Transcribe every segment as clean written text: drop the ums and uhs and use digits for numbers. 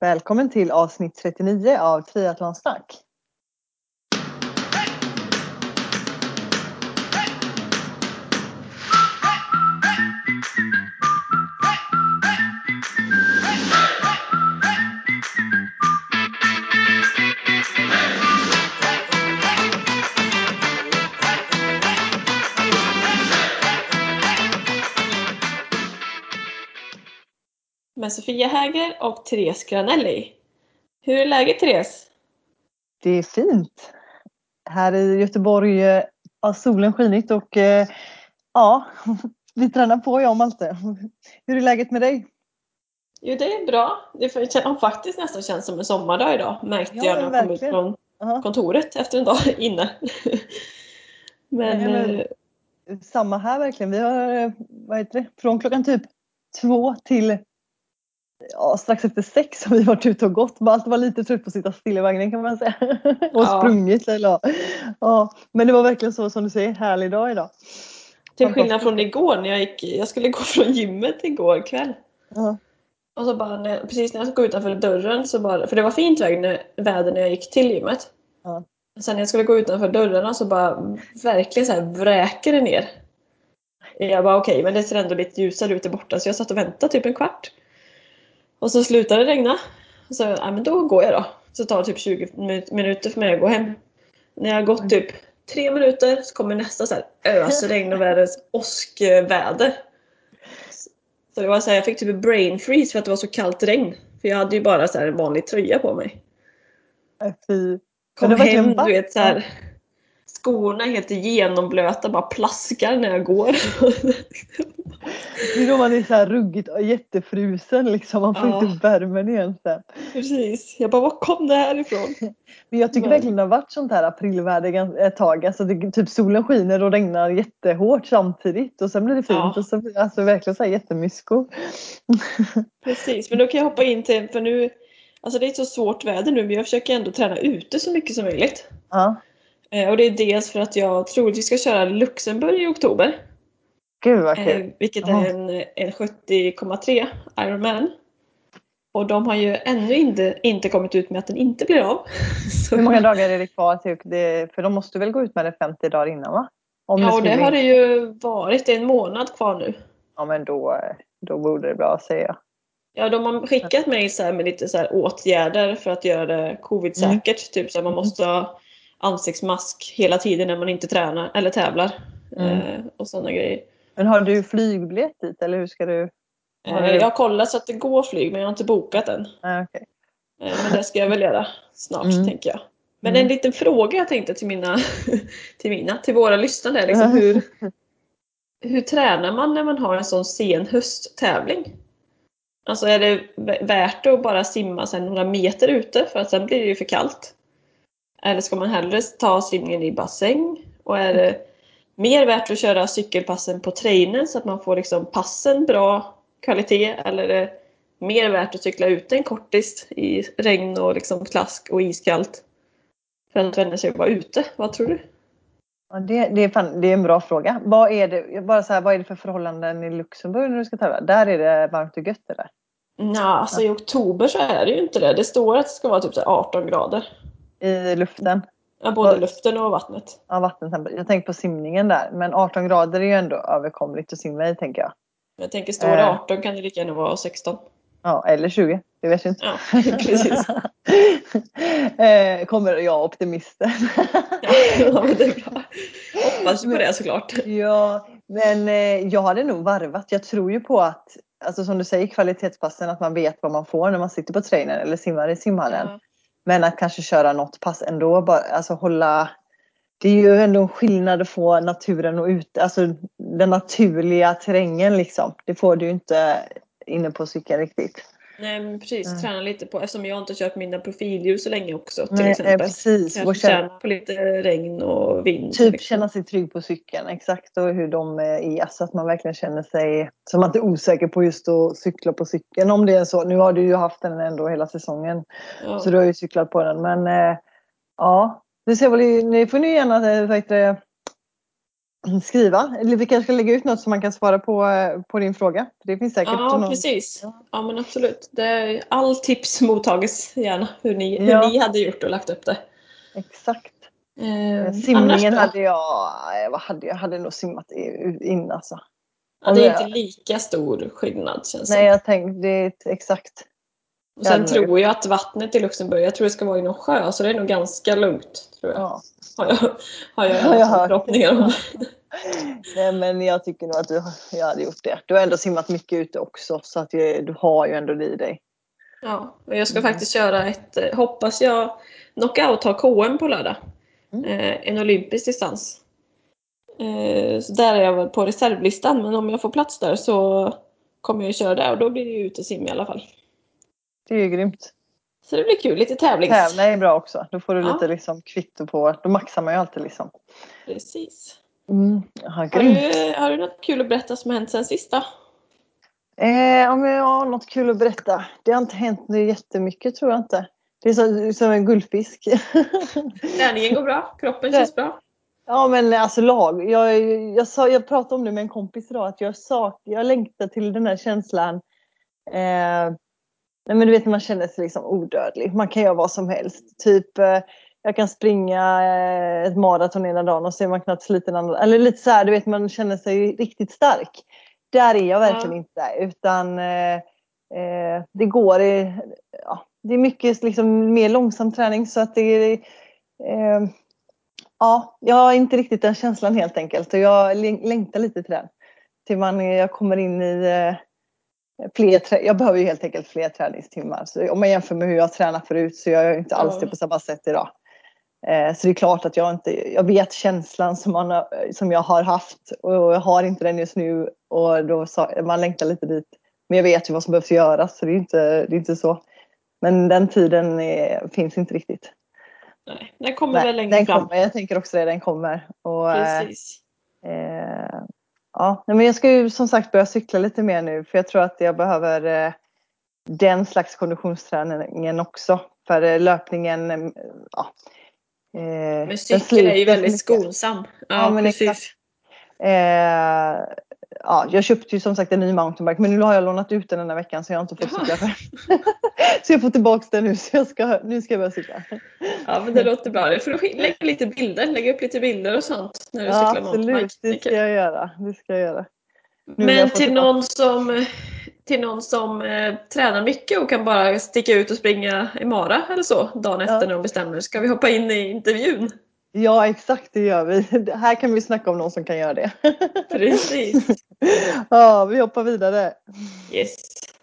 Välkommen till avsnitt 39 av Triathlonsnack. Med Sofia Häger och Therese Granelli. Hur är läget, Therese? Det är fint. Här i Göteborg har solen skinit och ja, vi tränar på jag och Malte. Hur är läget med dig? Jo, det är bra. Det har faktiskt nästan känts som en sommardag idag. Märkte Ja, jag när jag kom ut verkligen. från kontoret efter en dag inne. Men samma här verkligen. Vi har från klockan typ 2 till strax efter 6 har vi varit ute och gått. Malte var lite trött på att sitta still i vagnen kan man säga. Och sprungit. Eller, ja. Men det var verkligen så som du säger, härlig dag idag. Till skillnad från igår när jag skulle gå från gymmet igår kväll. Och så bara, precis när jag skulle gå utanför dörren så bara, för det var fint väder när jag gick till gymmet. Sen när jag skulle gå utanför dörrarna så bara verkligen så här vräker det ner. Jag bara okej, men det ser ändå lite ljusare ut där borta, så jag satt och väntade typ en kvart. Och så slutade det regna. Så men då går jag då. Så tar det typ 20 minuter för mig att gå hem. När jag har gått typ 3 minuter så kommer nästa så här ösregn och världens åskväder. Så det var så här, jag fick typ brain freeze för att det var så kallt regn. För jag hade ju bara så här en vanlig tröja på mig. Kom hem, du vet så här. Skorna är helt genomblöta, bara plaskar när jag går. Det är då man är så här ruggigt och jättefrusen liksom. Man får inte upp värmen igen sen. Precis. Jag bara, var kom det här ifrån? Men jag tycker verkligen det har varit sånt här aprilväder ett tag. Alltså typ solen skiner och regnar jättehårt samtidigt. Och sen blir det fint. Och så, alltså verkligen så här jättemysko. Precis, men då kan jag hoppa in till, för nu, alltså det är ett så svårt väder nu, men jag försöker ändå träna ute så mycket som möjligt. Och det är dels för att jag tror att vi ska köra Luxemburg i oktober. Gud vad kul. Vilket är en 70,3 Ironman. Och de har ju ännu inte kommit ut med att den inte blir av. Hur många dagar är det kvar? Typ? För de måste väl gå ut med det 50 dagar innan, va? Ja, och det har det ju varit. Det är en månad kvar nu. Ja, men då borde det bra, säger jag. Ja, de har skickat mig så här med lite så här åtgärder för att göra det covid-säkert. Typ så att man måste ha ansiktsmask hela tiden när man inte tränar eller tävlar. Och sådana grejer. Men har du flygbiljett dit eller hur ska du? Jag har kollat så att det går flyg, men jag har inte bokat än. Okay. Men det ska jag väl göra snart, tänker jag. Men en liten fråga jag tänkte till våra lyssnare. Liksom, hur tränar man när man har en sån sen hösttävling? Alltså är det värt att bara simma sen några meter ute för att sen blir det ju för kallt? Eller ska man hellre ta simningen i bassäng? Och är det mer värt att köra cykelpassen på trainen så att man får liksom passen bra kvalitet? Eller är det mer värt att cykla ut en kortis i regn och liksom klask och iskallt för att vända sig och vara ute? Vad tror du? Ja, det är en bra fråga. Vad är det för förhållanden i Luxemburg när du ska tävla? Där är det varmt och gött eller? Ja, alltså i oktober så är det ju inte det. Det står att det ska vara typ 18 grader. I luften? Ja, både luften och vattnet. Ja, vattentemperatur. Jag tänker på simningen där. Men 18 grader är ju ändå överkomligt att simma i, tänker jag. Jag tänker, står det 18 kan det lika gärna vara 16. Ja, eller 20. Det vet jag inte. Ja, precis. Kommer jag optimisten. Ja, men det är bra. Hoppas ju på det såklart. Ja, men jag hade nog varvat. Jag tror ju på att, alltså som du säger, kvalitetspassen, att man vet vad man får när man sitter på trainer eller simmar i simhallen. Ja. Men att kanske köra något pass ändå, bara, alltså hålla. Det är ju ändå en skillnad att få naturen och alltså den naturliga terrängen liksom. Det får du ju inte inne på cykeln riktigt. Nej, men precis. Träna lite på, eftersom jag inte har kört mina profilljus så länge också till Nej, exempel. Precis. Kanske träna på lite regn och vind. Typ liksom. Känna sig trygg på cykeln, exakt. Och hur de är, så att man verkligen känner sig, så man inte är osäker på just att cykla på cykeln. Om det är så, nu har du ju haft den ändå hela säsongen. Ja. Så du har ju cyklat på den, men ja. Det ser väl, ni får ni gärna skriva. Eller vi kanske ska lägga ut något som man kan svara på din fråga. Det finns säkert Ja, precis. Ja, men absolut. All tips mottages gärna hur ni hade gjort och lagt upp det. Exakt. Simningen hade jag hade nog simmat in alltså. Ja, det är inte lika stor skillnad känns det. Nej, jag tänkte det exakt. Och sen tror jag att vattnet i Luxemburg, jag tror det ska vara i någon sjö, så det är nog ganska lugnt, tror jag. Ja. Har jag i alla fall förhoppningar om. Nej, men jag tycker nog att jag hade gjort det. Du har ändå simmat mycket ute också, så att du har ju ändå i dig. Ja, och jag ska faktiskt köra hoppas jag, knockout har KM på lördag. En olympisk distans. Så där är jag väl på reservlistan, men om jag får plats där så kommer jag köra där och då blir det ju utesim i alla fall. Det är ju grymt. Så det blir kul, lite tävlings. Tävla är bra också. Då får du lite liksom kvitto på, då maxar man ju alltid liksom. Precis. Har du något kul att berätta som har hänt sen sista? Om jag har något kul att berätta. Det har inte hänt jättemycket, tror jag inte. Det är som en guldfisk. Träningen går bra, kroppen känns bra. Ja, men alltså jag pratade om det med en kompis idag, att jag längtar till den här känslan. Nej, men du vet, man känner sig liksom odödlig. Man kan göra vad som helst. Typ, jag kan springa ett maraton ena dagen och så är man knappt sliten andra. Eller lite så här, du vet, man känner sig riktigt stark. Där är jag verkligen inte. Utan det går det är mycket liksom mer långsam träning, så att det är jag har inte riktigt den känslan helt enkelt. Och jag längtar lite till den. Till jag kommer in i jag behöver ju helt enkelt fler träningstimmar. Så om man jämför med hur jag tränar förut, så gör jag inte alls det på samma sätt idag. Så det är klart att jag vet känslan som jag har haft, och jag har inte den just nu, och då man längtar lite dit. Men jag vet ju vad som behövs göras, så det är inte så. Men den tiden finns inte riktigt. Nej, den kommer väl längre fram. Jag tänker också det, den kommer. Och, precis. Men jag ska ju som sagt börja cykla lite mer nu, för jag tror att jag behöver den slags konditionsträningen också. För löpningen, men cykel är ju väldigt skonsam. Ja, men precis. Jag köpte ju som sagt en ny mountainbike, men nu har jag lånat ut den här veckan, så jag har inte fått cykla själv. Så jag får tillbaka den nu, så nu ska jag börja cykla. Ja, men det låter bra. Du får lägga upp lite bilder och sånt när du cyklar mountainbike. Absolut, det ska jag göra. Men till någon som tränar mycket och kan bara sticka ut och springa i mara eller så dagen efter när de bestämmer, ska vi hoppa in i intervjun? Ja, exakt, det gör vi. Här kan vi snacka om någon som kan göra det. Precis. Ja, vi hoppar vidare. Yes.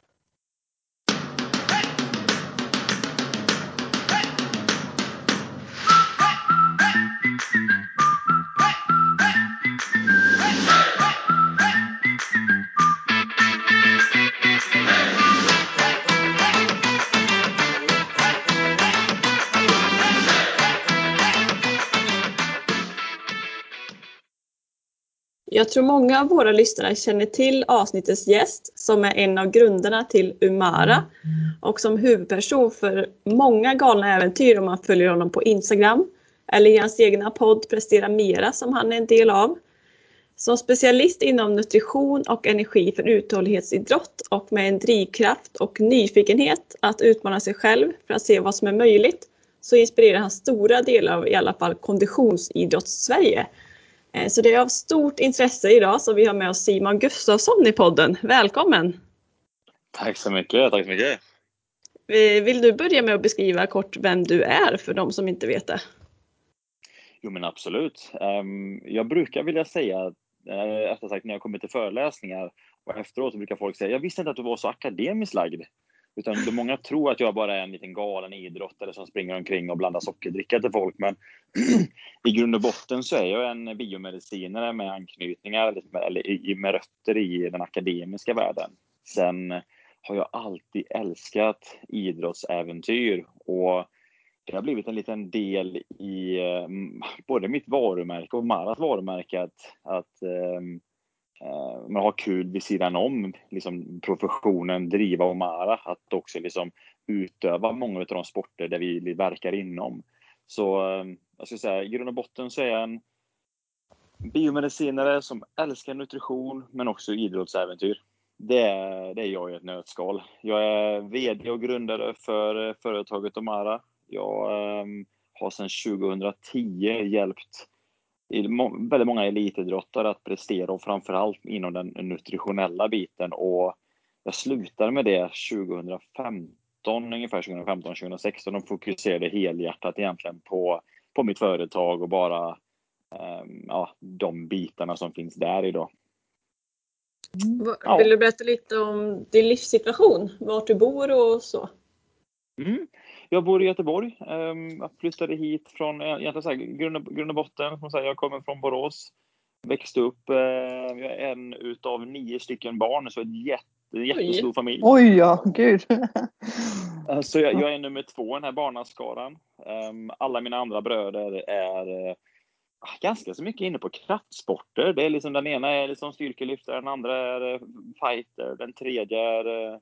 Jag tror många av våra lyssnare känner till avsnittets gäst, som är en av grundarna till Umara och som huvudperson för många galna äventyr om man följer honom på Instagram eller i hans egna podd Prestera Mera, som han är en del av. Som specialist inom nutrition och energi för uthållighetsidrott och med en drivkraft och nyfikenhet att utmana sig själv för att se vad som är möjligt, så inspirerar han stora delar av i alla fall konditionsidrotts-Sverige. Så det är av stort intresse idag, så vi har med oss Simon Gustafsson i podden. Välkommen! Tack så mycket. Vill du börja med att beskriva kort vem du är för de som inte vet det? Jo, men absolut. Jag brukar vilja säga, efter sagt när jag kommer till föreläsningar och efteråt, så brukar folk säga, jag visste inte att du var så akademiskt lagd. Utan många tror att jag bara är en liten galen idrottare som springer omkring och blandar sockerdricka till folk. Men i grund och botten så är jag en biomedicinare med anknytningar eller med rötter i den akademiska världen. Sen har jag alltid älskat idrottsäventyr, och det har blivit en liten del i både mitt varumärke och Maras varumärke att man har kul vid sidan om liksom professionen driva Omara, att också liksom utöva många av de sporter där vi verkar inom. Så jag ska säga, i grund och botten så är jag Biomedicinare som älskar nutrition men också idrottsäventyr. Det är jag i ett nötskal. Jag är vd och grundare för företaget Omara. Jag har sedan 2010 hjälpt väldigt många elitidrottare att prestera och framförallt inom den nutritionella biten. Och jag slutade med det 2015, ungefär 2015-2016 och fokuserade helhjärtat egentligen på mitt företag och bara de bitarna som finns där idag. Vill du berätta lite om din livssituation? Vart du bor och så? Jag bor i Göteborg. Jag flyttade hit från grund och botten. Jag kommer från Borås. Växte upp. Jag är en utav 9 stycken barn. Så en jättestor familj. Oj, ja, gud. Så jag är nummer 2 i den här barnaskaran. Alla mina andra bröder är ganska så mycket inne på kraftsporter. Det är liksom, den ena är liksom styrkelyftare, den andra är fighter, den tredje är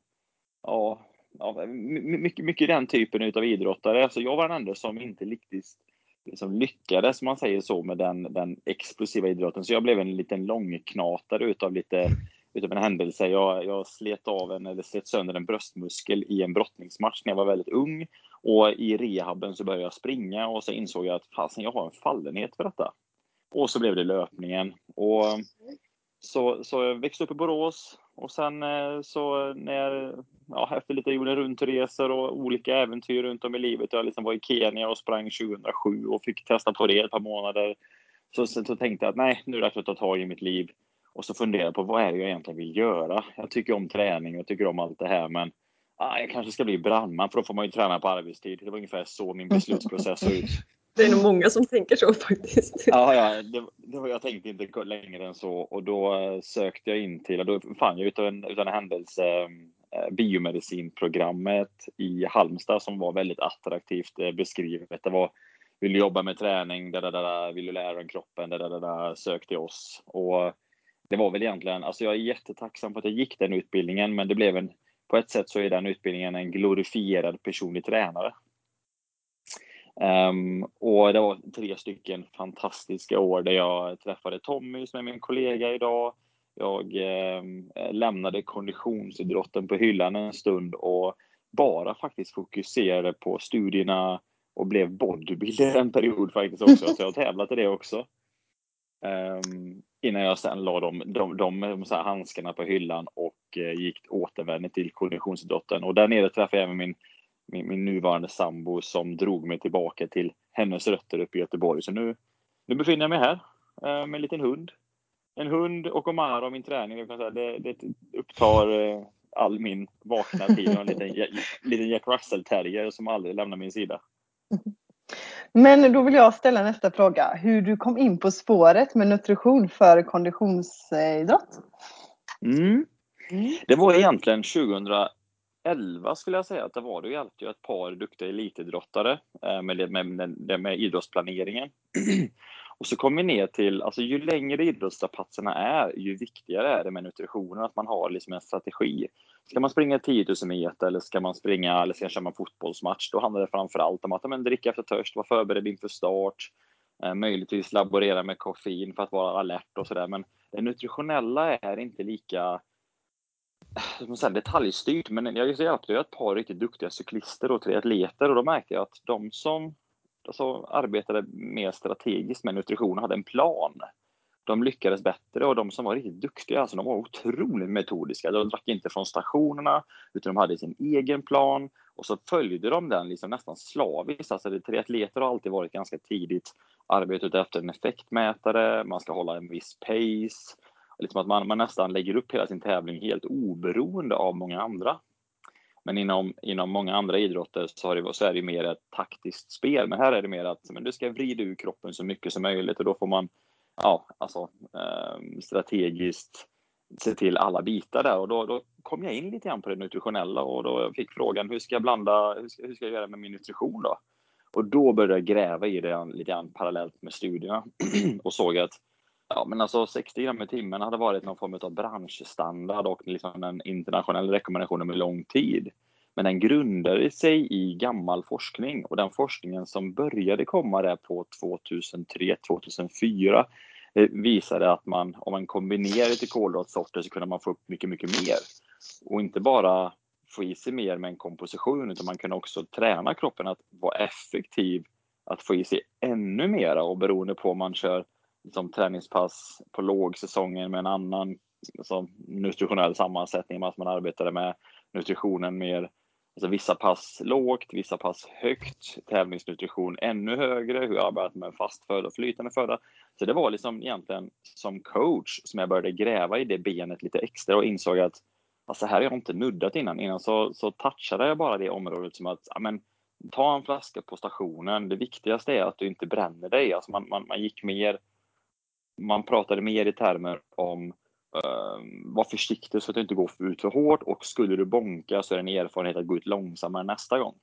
mycket den typen utav idrottare. Alltså jag var den enda som inte riktigt liksom lyckades, man säger så, med den explosiva idrotten. Så jag blev en liten långknatare utav en händelse. Jag slet sönder en bröstmuskel i en brottningsmatch när jag var väldigt ung. Och i rehaben så började jag springa och så insåg jag att jag har en fallenhet för detta. Och så blev det löpningen. Och så jag växte upp i Borås och sen så efter lite jorden runt-resor och olika äventyr runt om i livet. Jag liksom var i Kenya och sprang 2007 och fick testa på det ett par månader. Så tänkte jag att nej, nu är det att ta tag i mitt liv. Och så funderade på vad är det jag egentligen vill göra. Jag tycker om träning och jag tycker om allt det här, men jag kanske ska bli brandman för då får man ju träna på arbetstid. Det var ungefär så min beslutsprocess såg ut. Det är nog många som tänker så faktiskt. Ja, jag tänkte inte längre än så. Och då sökte jag in till, och då fann jag utan en händelse biomedicinprogrammet i Halmstad som var väldigt attraktivt beskrivet. Det var, vill du jobba med träning, vill du lära om kroppen, sökte jag oss. Och det var väl egentligen, alltså jag är jättetacksam för att jag gick den utbildningen, men det blev på ett sätt så är den utbildningen en glorifierad personlig tränare. Och det var 3 stycken fantastiska år där jag träffade Tommy som är min kollega idag. Jag lämnade konditionsidrotten på hyllan en stund och bara faktiskt fokuserade på studierna och blev bodybuilder en period faktiskt också. Så jag tävlade i det också. Innan jag sen la de så här handskarna på hyllan och gick återvände till konditionsidrotten. Och där nere träffade jag även min nuvarande sambo som drog mig tillbaka till hennes rötter uppe i Göteborg. Så nu befinner jag mig här med en liten hund. En hund och Omara och min träning. Det upptar all min vakna tid. Och en liten Jack Russell-terrier som aldrig lämnar min sida. Men då vill jag ställa nästa fråga. Hur du kom in på spåret med nutrition för konditionsidrott? Det var egentligen 2011 skulle jag säga att det var. Det hjälpte ju ett par duktiga elitidrottare med idrottsplaneringen. Och så kom vi ner till, alltså ju längre idrottsstrapatserna är, ju viktigare är det med nutritionen, att man har liksom en strategi. Ska man springa 10 000 meter eller ska man köra en fotbollsmatch, då handlar det framförallt om att dricka efter törst, vara förberedd inför start, möjligtvis laborera med koffein för att vara alert och sådär. Men det nutritionella är inte lika detaljstyrt, men jag hjälpte ju ett par riktigt duktiga cyklister och triatleter, och då märkte jag att de som arbetade mer strategiskt med nutrition hade en plan. De lyckades bättre, och de som var riktigt duktiga, alltså de var otroligt metodiska. De drack inte från stationerna utan de hade sin egen plan och så följde de den liksom nästan slaviskt. Alltså triatleter har alltid varit ganska tidigt arbetat efter en effektmätare, man ska hålla en viss pace. Liksom att man nästan lägger upp hela sin tävling helt oberoende av många andra. Men inom många andra idrotter så är det mer ett taktiskt spel. Men här är det mer att du ska vrida ur kroppen så mycket som möjligt. Och då får man strategiskt se till alla bitar där. Och då kom jag in lite grann på det nutritionella. Och då fick frågan, hur ska jag göra med min nutrition då? Och då började jag gräva i det lite grann parallellt med studierna. Och såg att 60 gram i timmen hade varit någon form av branschstandard och liksom en internationell rekommendation med lång tid. Men den grundade sig i gammal forskning, och den forskningen som började komma där på 2003-2004, det visade att om man kombinerar lite kolhydratsorter så kunde man få upp mycket, mycket mer. Och inte bara få i sig mer med en komposition, utan man kunde också träna kroppen att vara effektiv, att få i sig ännu mera. Och beroende på om man kör liksom träningspass på lågsäsongen med en annan nutritionell sammansättning, att man arbetade med nutritionen mer, alltså vissa pass lågt, vissa pass högt, tävlingsnutrition ännu högre, hur jag arbetat med fast föda och flytande föda. Så det var liksom egentligen som coach som jag började gräva i det benet lite extra och insåg att alltså, här har jag inte nuddat innan så touchade jag bara det området som att ta en flaska på stationen. Det viktigaste är att du inte bränner dig. Alltså man gick mer, man pratade mer i termer om var försiktig så att du inte går ut för hårt, och skulle du bonka så är det en erfarenhet att gå ut långsammare nästa gång.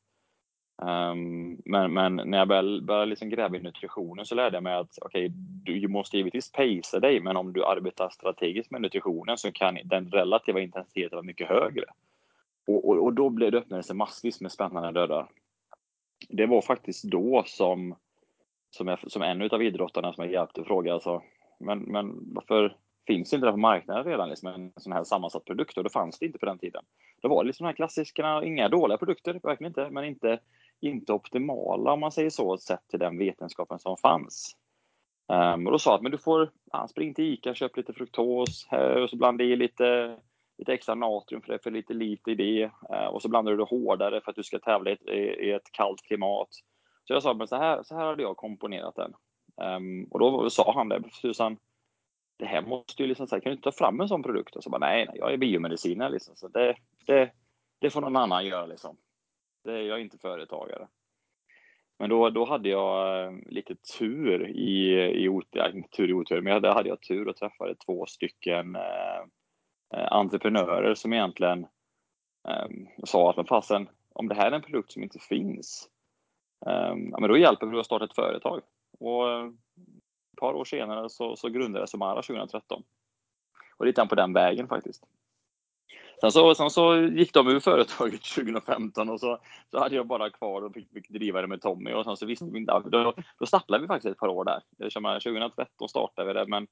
Men när jag började liksom gräva i nutritionen så lärde jag mig att du måste givetvis pacea dig, men om du arbetar strategiskt med nutritionen så kan den relativa intensiteten vara mycket högre. Och då blev det öppnade sig massvis med spännande dörrar. Det var faktiskt då som en av idrottarna som jag hjälpte fråga alltså, men varför finns inte det på marknaden redan liksom en sån här sammansatt produkt? Och då fanns det inte på den tiden. Det var liksom de här klassiska, inga dåliga produkter, verkligen inte, men inte optimala om man säger så, sett till den vetenskapen som fanns. Och då sa att men du får spring till Ica, köp lite fruktos och så blanda i lite extra natrium för det är för lite i det, och så blandar du det hårdare för att du ska tävla i ett kallt klimat. Så jag sa men så här hade jag komponerat den. Och då sa han det, Susan, det här måste ju liksom säga, kan du inte ta fram en sån produkt? Och så bara nej, jag är biomedicinare liksom, så det får någon annan göra liksom. Jag är inte företagare. Men då hade jag lite tur i otur, men där hade jag tur och träffade 2 stycken entreprenörer som egentligen sa att men fasen, om det här är en produkt som inte finns, men då hjälper vi att starta ett företag. Och ett par år senare så grundades Somara 2013. Och lite på den vägen faktiskt. Sen så gick de ur företaget 2015 och så hade jag bara kvar och fick driva det med Tommy, och sen så visste vi inte, då stapplade vi faktiskt ett par år där. 2013 startade vi det, men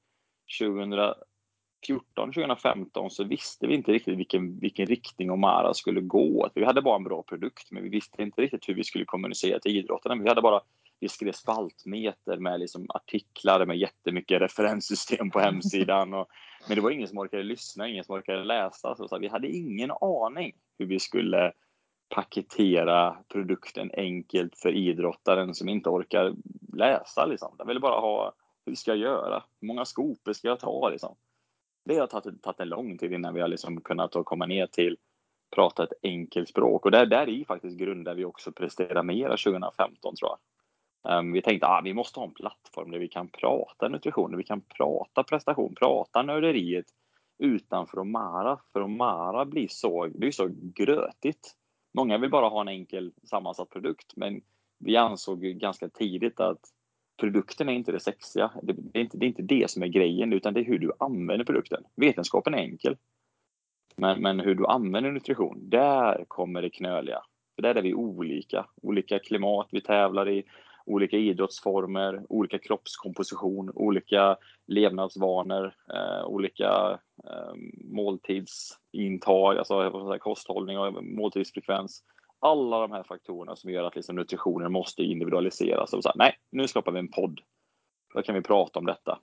2014-2015 så visste vi inte riktigt vilken riktning Omara skulle gå. Vi hade bara en bra produkt, men vi visste inte riktigt hur vi skulle kommunicera till idrottarna. Vi skrev spaltmeter med liksom artiklar med jättemycket referenssystem på hemsidan. Men det var ingen som orkade lyssna, ingen som orkade läsa. Så vi hade ingen aning hur vi skulle paketera produkten enkelt för idrottaren som inte orkar läsa. Liksom. De ville bara ha, hur ska jag göra? Hur många skopor ska jag ta? Liksom. Det har tagit en lång tid innan vi har liksom kunnat komma ner till prata ett enkelt språk. Och där är faktiskt grund där vi också presterar mer 2015 tror jag. Vi tänkte att vi måste ha en plattform där vi kan prata nutrition, där vi kan prata prestation, prata nörderiet utanför Omara. För Omara blir så grötigt. Många vill bara ha en enkel sammansatt produkt, men vi ansåg ju ganska tidigt att produkten är inte det sexiga. Det är inte det som är grejen, utan det är hur du använder produkten. Vetenskapen är enkel. Men hur du använder nutrition, där kommer det knöliga. För där är vi olika klimat vi tävlar i, olika idrottsformer, olika kroppskomposition, olika levnadsvanor, olika måltidsintag, alltså kosthållning och måltidsfrekvens. Alla de här faktorerna som gör att liksom nutritionen måste individualiseras. Och så här, nej, nu skapar vi en podd. Då kan vi prata om detta.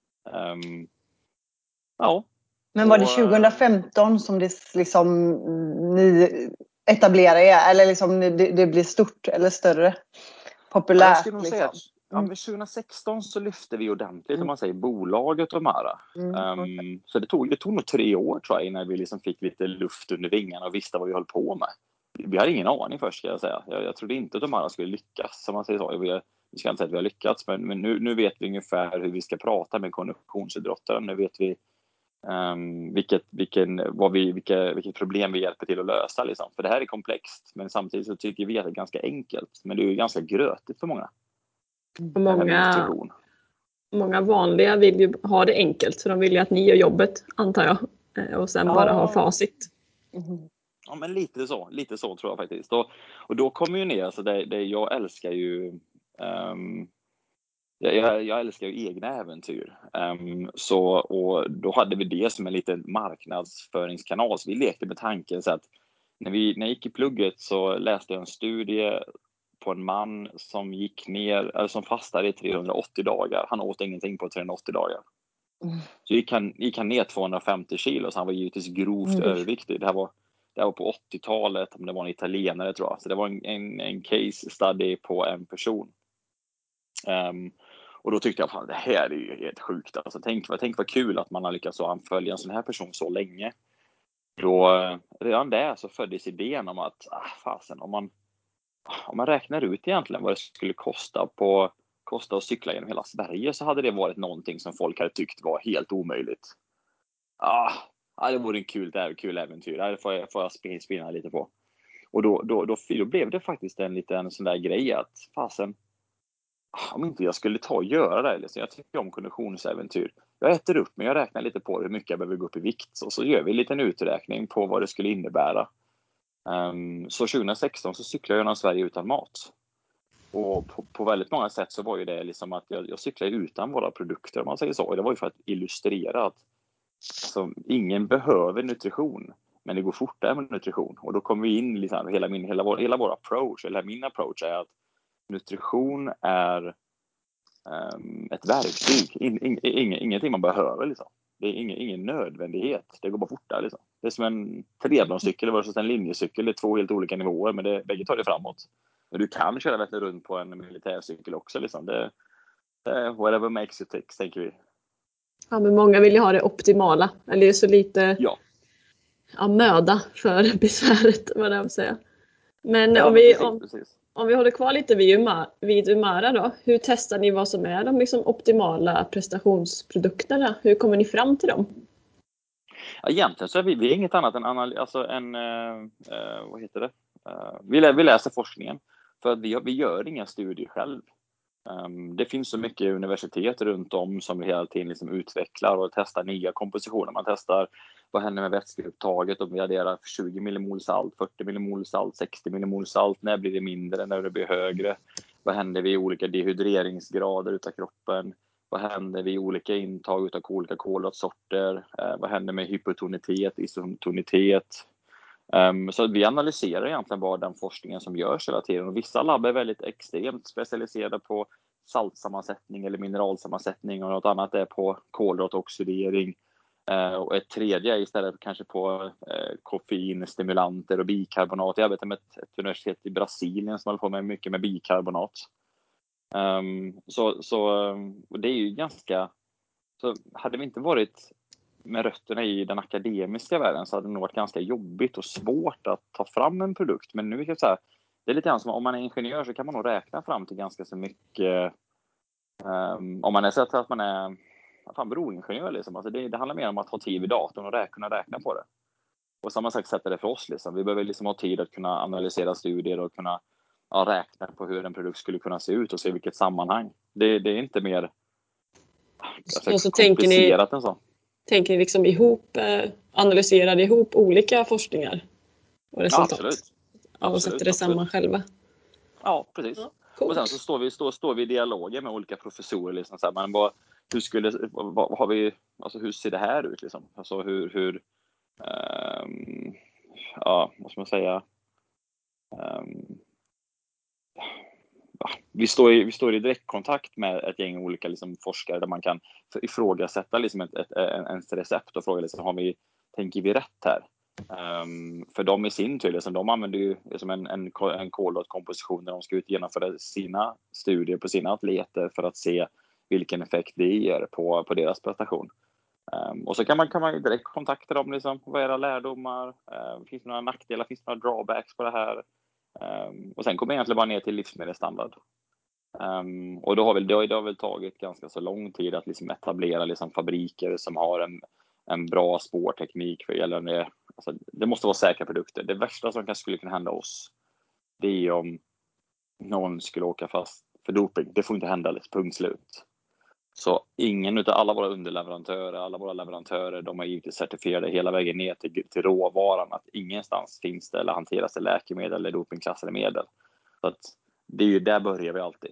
Ja. Men var det 2015 som det liksom ni etablerade er, eller liksom det blir stort eller större? Populärt. Jag skulle nog säga att men 2016 så lyfte vi ordentligt om man säger bolaget Omara. Så det tog nog 3 år tror jag innan vi liksom fick lite luft under vingarna och visste vad vi höll på med. Vi hade ingen aning först ska jag säga. Jag trodde inte att Omara skulle lyckas, som man säger så. Vi ska inte säga att vi har lyckats, men nu vet vi ungefär hur vi ska prata med konditionsidrottaren. Nu vet vi vilket problem vi hjälper till att lösa liksom. För det här är komplext, men samtidigt så tycker vi att det är ganska enkelt, men det är ju ganska grötigt för många. Många vanliga vill ju ha det enkelt, så de vill ju att ni gör jobbet, antar jag, och sen bara ha facit. Ja, men lite så tror jag faktiskt. Och då kommer ju ner, alltså det jag älskar ju Jag älskar ju egna äventyr. Och då hade vi det som en liten marknadsföringskanal. Så vi lekte med tanken så att när jag gick i plugget så läste jag en studie på en man som gick ner, eller som fastade i 380 dagar. Han åt ingenting på 380 dagar. Så gick han ner 250 kilo, så han var givetvis grovt överviktig. Det här var på 80-talet, om det var en italienare tror jag. Så det var en case study på en person. Och då tyckte jag, fan, det här är ju helt sjukt. Alltså, tänk vad kul att man har lyckats följa en sån här person så länge. Då, redan där så föddes idén om att fasen, om man räknar ut egentligen vad det skulle kosta att cykla genom hela Sverige, så hade det varit någonting som folk hade tyckt var helt omöjligt. Det vore en kul äventyr. Det får jag spinna lite på. Och då blev det faktiskt en liten sån där grej att fasen, om inte jag skulle ta och göra det. Liksom. Jag tycker om konditionsäventyr. Jag äter upp, men jag räknar lite på hur mycket jag behöver gå upp i vikt. Och så gör vi en liten uträkning på vad det skulle innebära. Så 2016 så cyklade jag genom Sverige utan mat. Och på väldigt många sätt så var ju det liksom att jag cyklade utan våra produkter, om man säger så. Och det var ju för att illustrera att alltså, ingen behöver nutrition, men det går fortare med nutrition. Och då kommer vi in liksom, hela vår approach, eller min approach är att nutrition är ett verktyg, ingenting man behöver liksom. Det är ingen nödvändighet, det går bara fortare liksom. Det är som en triathloncykel versus en linjecykel, det är två helt olika nivåer, men bägge tar det framåt. Men du kan köra vet runt på en militärcykel också liksom. Det whatever makes you tick, tänker vi. Ja, men många vill ju ha det optimala, eller så lite möda för besväret, vad jag vill säga. Men om vi håller kvar lite vid Umara då, hur testar ni vad som är de liksom optimala prestationsprodukterna? Hur kommer ni fram till dem? Ja, egentligen så är vi inget annat än vad heter det? Vi läser forskningen, för att vi gör inga studier själv. Det finns så mycket universitet runt om som hela tiden liksom utvecklar och testar nya kompositioner. Man testar vad händer med vätskeupptaget om vi adderar 20 millimol salt, 40 millimol salt, 60 millimol salt. När blir det mindre, när det blir högre? Vad händer vid olika dehydreringsgrader utav kroppen? Vad händer vid olika intag utav olika kolhydratsorter? Vad händer med hypotonitet, isotonitet? Så vi analyserar egentligen bara den forskningen som görs hela tiden. Och vissa labb är väldigt extremt specialiserade på saltsammansättning eller mineralsammansättning, och något annat är på kolhydratoxidering. Och ett tredje är istället kanske på koffein, stimulanter och bikarbonat. Jag arbetar med ett universitet i Brasilien som håller på med mycket med bikarbonat. Och det är ju ganska... Så hade vi inte varit med rötterna i den akademiska världen så hade det nog varit ganska jobbigt och svårt att ta fram en produkt. Men nu kan jag säga, det är lite grann som om man är ingenjör så kan man nog räkna fram till ganska så mycket. Om man är så att man är broingenjör liksom. Alltså det handlar mer om att ha tid vid datorn och kunna räkna på det. Och samma sak sätter det för oss liksom. Vi behöver liksom ha tid att kunna analysera studier och kunna räkna på hur en produkt skulle kunna se ut och se vilket sammanhang. Det är inte mer så komplicerat än så. Tänker ni liksom analyserar ihop olika forskningar och resultat? Ja, absolut. Och sätter det samman själva? Ja, precis. Ja, och sen så står vi i dialoger med olika professorer liksom, så här, men vad har vi, alltså hur ser det här ut liksom? Alltså vad ska man säga? Vi står i direktkontakt med ett gäng olika liksom, forskare där man kan ifrågasätta liksom, ens recept och fråga liksom, tänker vi rätt här? För de i sin tur, liksom, de använder ju liksom en kolhydratkomposition när de ska genomföra sina studier på sina atleter för att se vilken effekt det ger på deras prestation. Och så kan man direkt kontakta dem, liksom, vad är era lärdomar? Finns det några nackdelar, finns det några drawbacks på det här? Och sen kommer jag egentligen bara ner till livsmedelsstandard. Och det har väl tagit ganska så lång tid att liksom etablera liksom fabriker som har en bra spårteknik för gällande. Alltså, det måste vara säkra produkter. Det värsta som skulle kunna hända oss, det är om någon skulle åka fast för doping. Det får inte hända, punkt slut. Så ingen utav alla våra underleverantörer, alla våra leverantörer, de är givetvis certifierade hela vägen ner till råvaran, att ingenstans finns det eller hanteras det läkemedel eller dopingklassade medel. Så att det är ju där börjar vi alltid.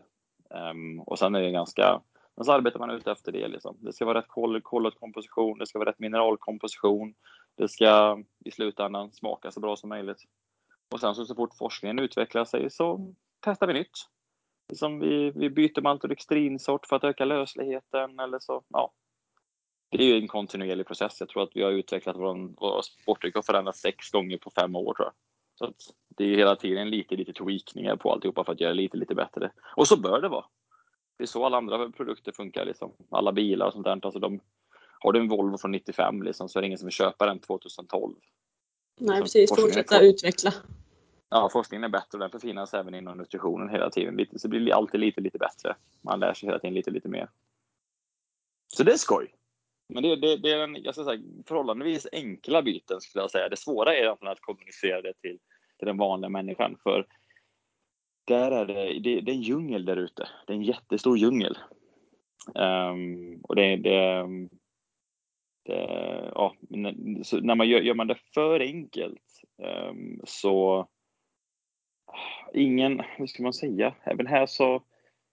Och sen är det ganska, och så arbetar man ut efter det liksom. Det ska vara rätt kolhydratkomposition, det ska vara rätt mineralkomposition, det ska i slutändan smaka så bra som möjligt. Och sen så fort forskningen utvecklar sig så testar vi nytt. Som vi byter maltodextrinsort för att öka lösligheten eller så. Ja. Det är ju en kontinuerlig process. Jag tror att vi har utvecklat vår sportdryck och förändrat 6 gånger på 5 år, tror jag. Så att det är hela tiden lite tweakningar på alltihopa för att göra lite bättre. Och så bör det vara. Det är så alla andra produkter funkar liksom. Alla bilar och sånt där. Alltså har du en Volvo från 95 liksom, så är det ingen som vill köpa den 2012. Nej, precis. Fortsätta utveckla. Ja, forskningen är bättre och den förfinas även inom nutritionen hela tiden. Så det blir alltid lite bättre. Man lär sig hela tiden lite mer. Så det är skoj. Men det är jag ska säga, förhållandevis enkla byten skulle jag säga. Det svåra är att kommunicera det till den vanliga människan. För där är det är en djungel där ute. Det är en jättestor djungel. Och så när man gör man det för enkelt så hur ska man säga? Även här så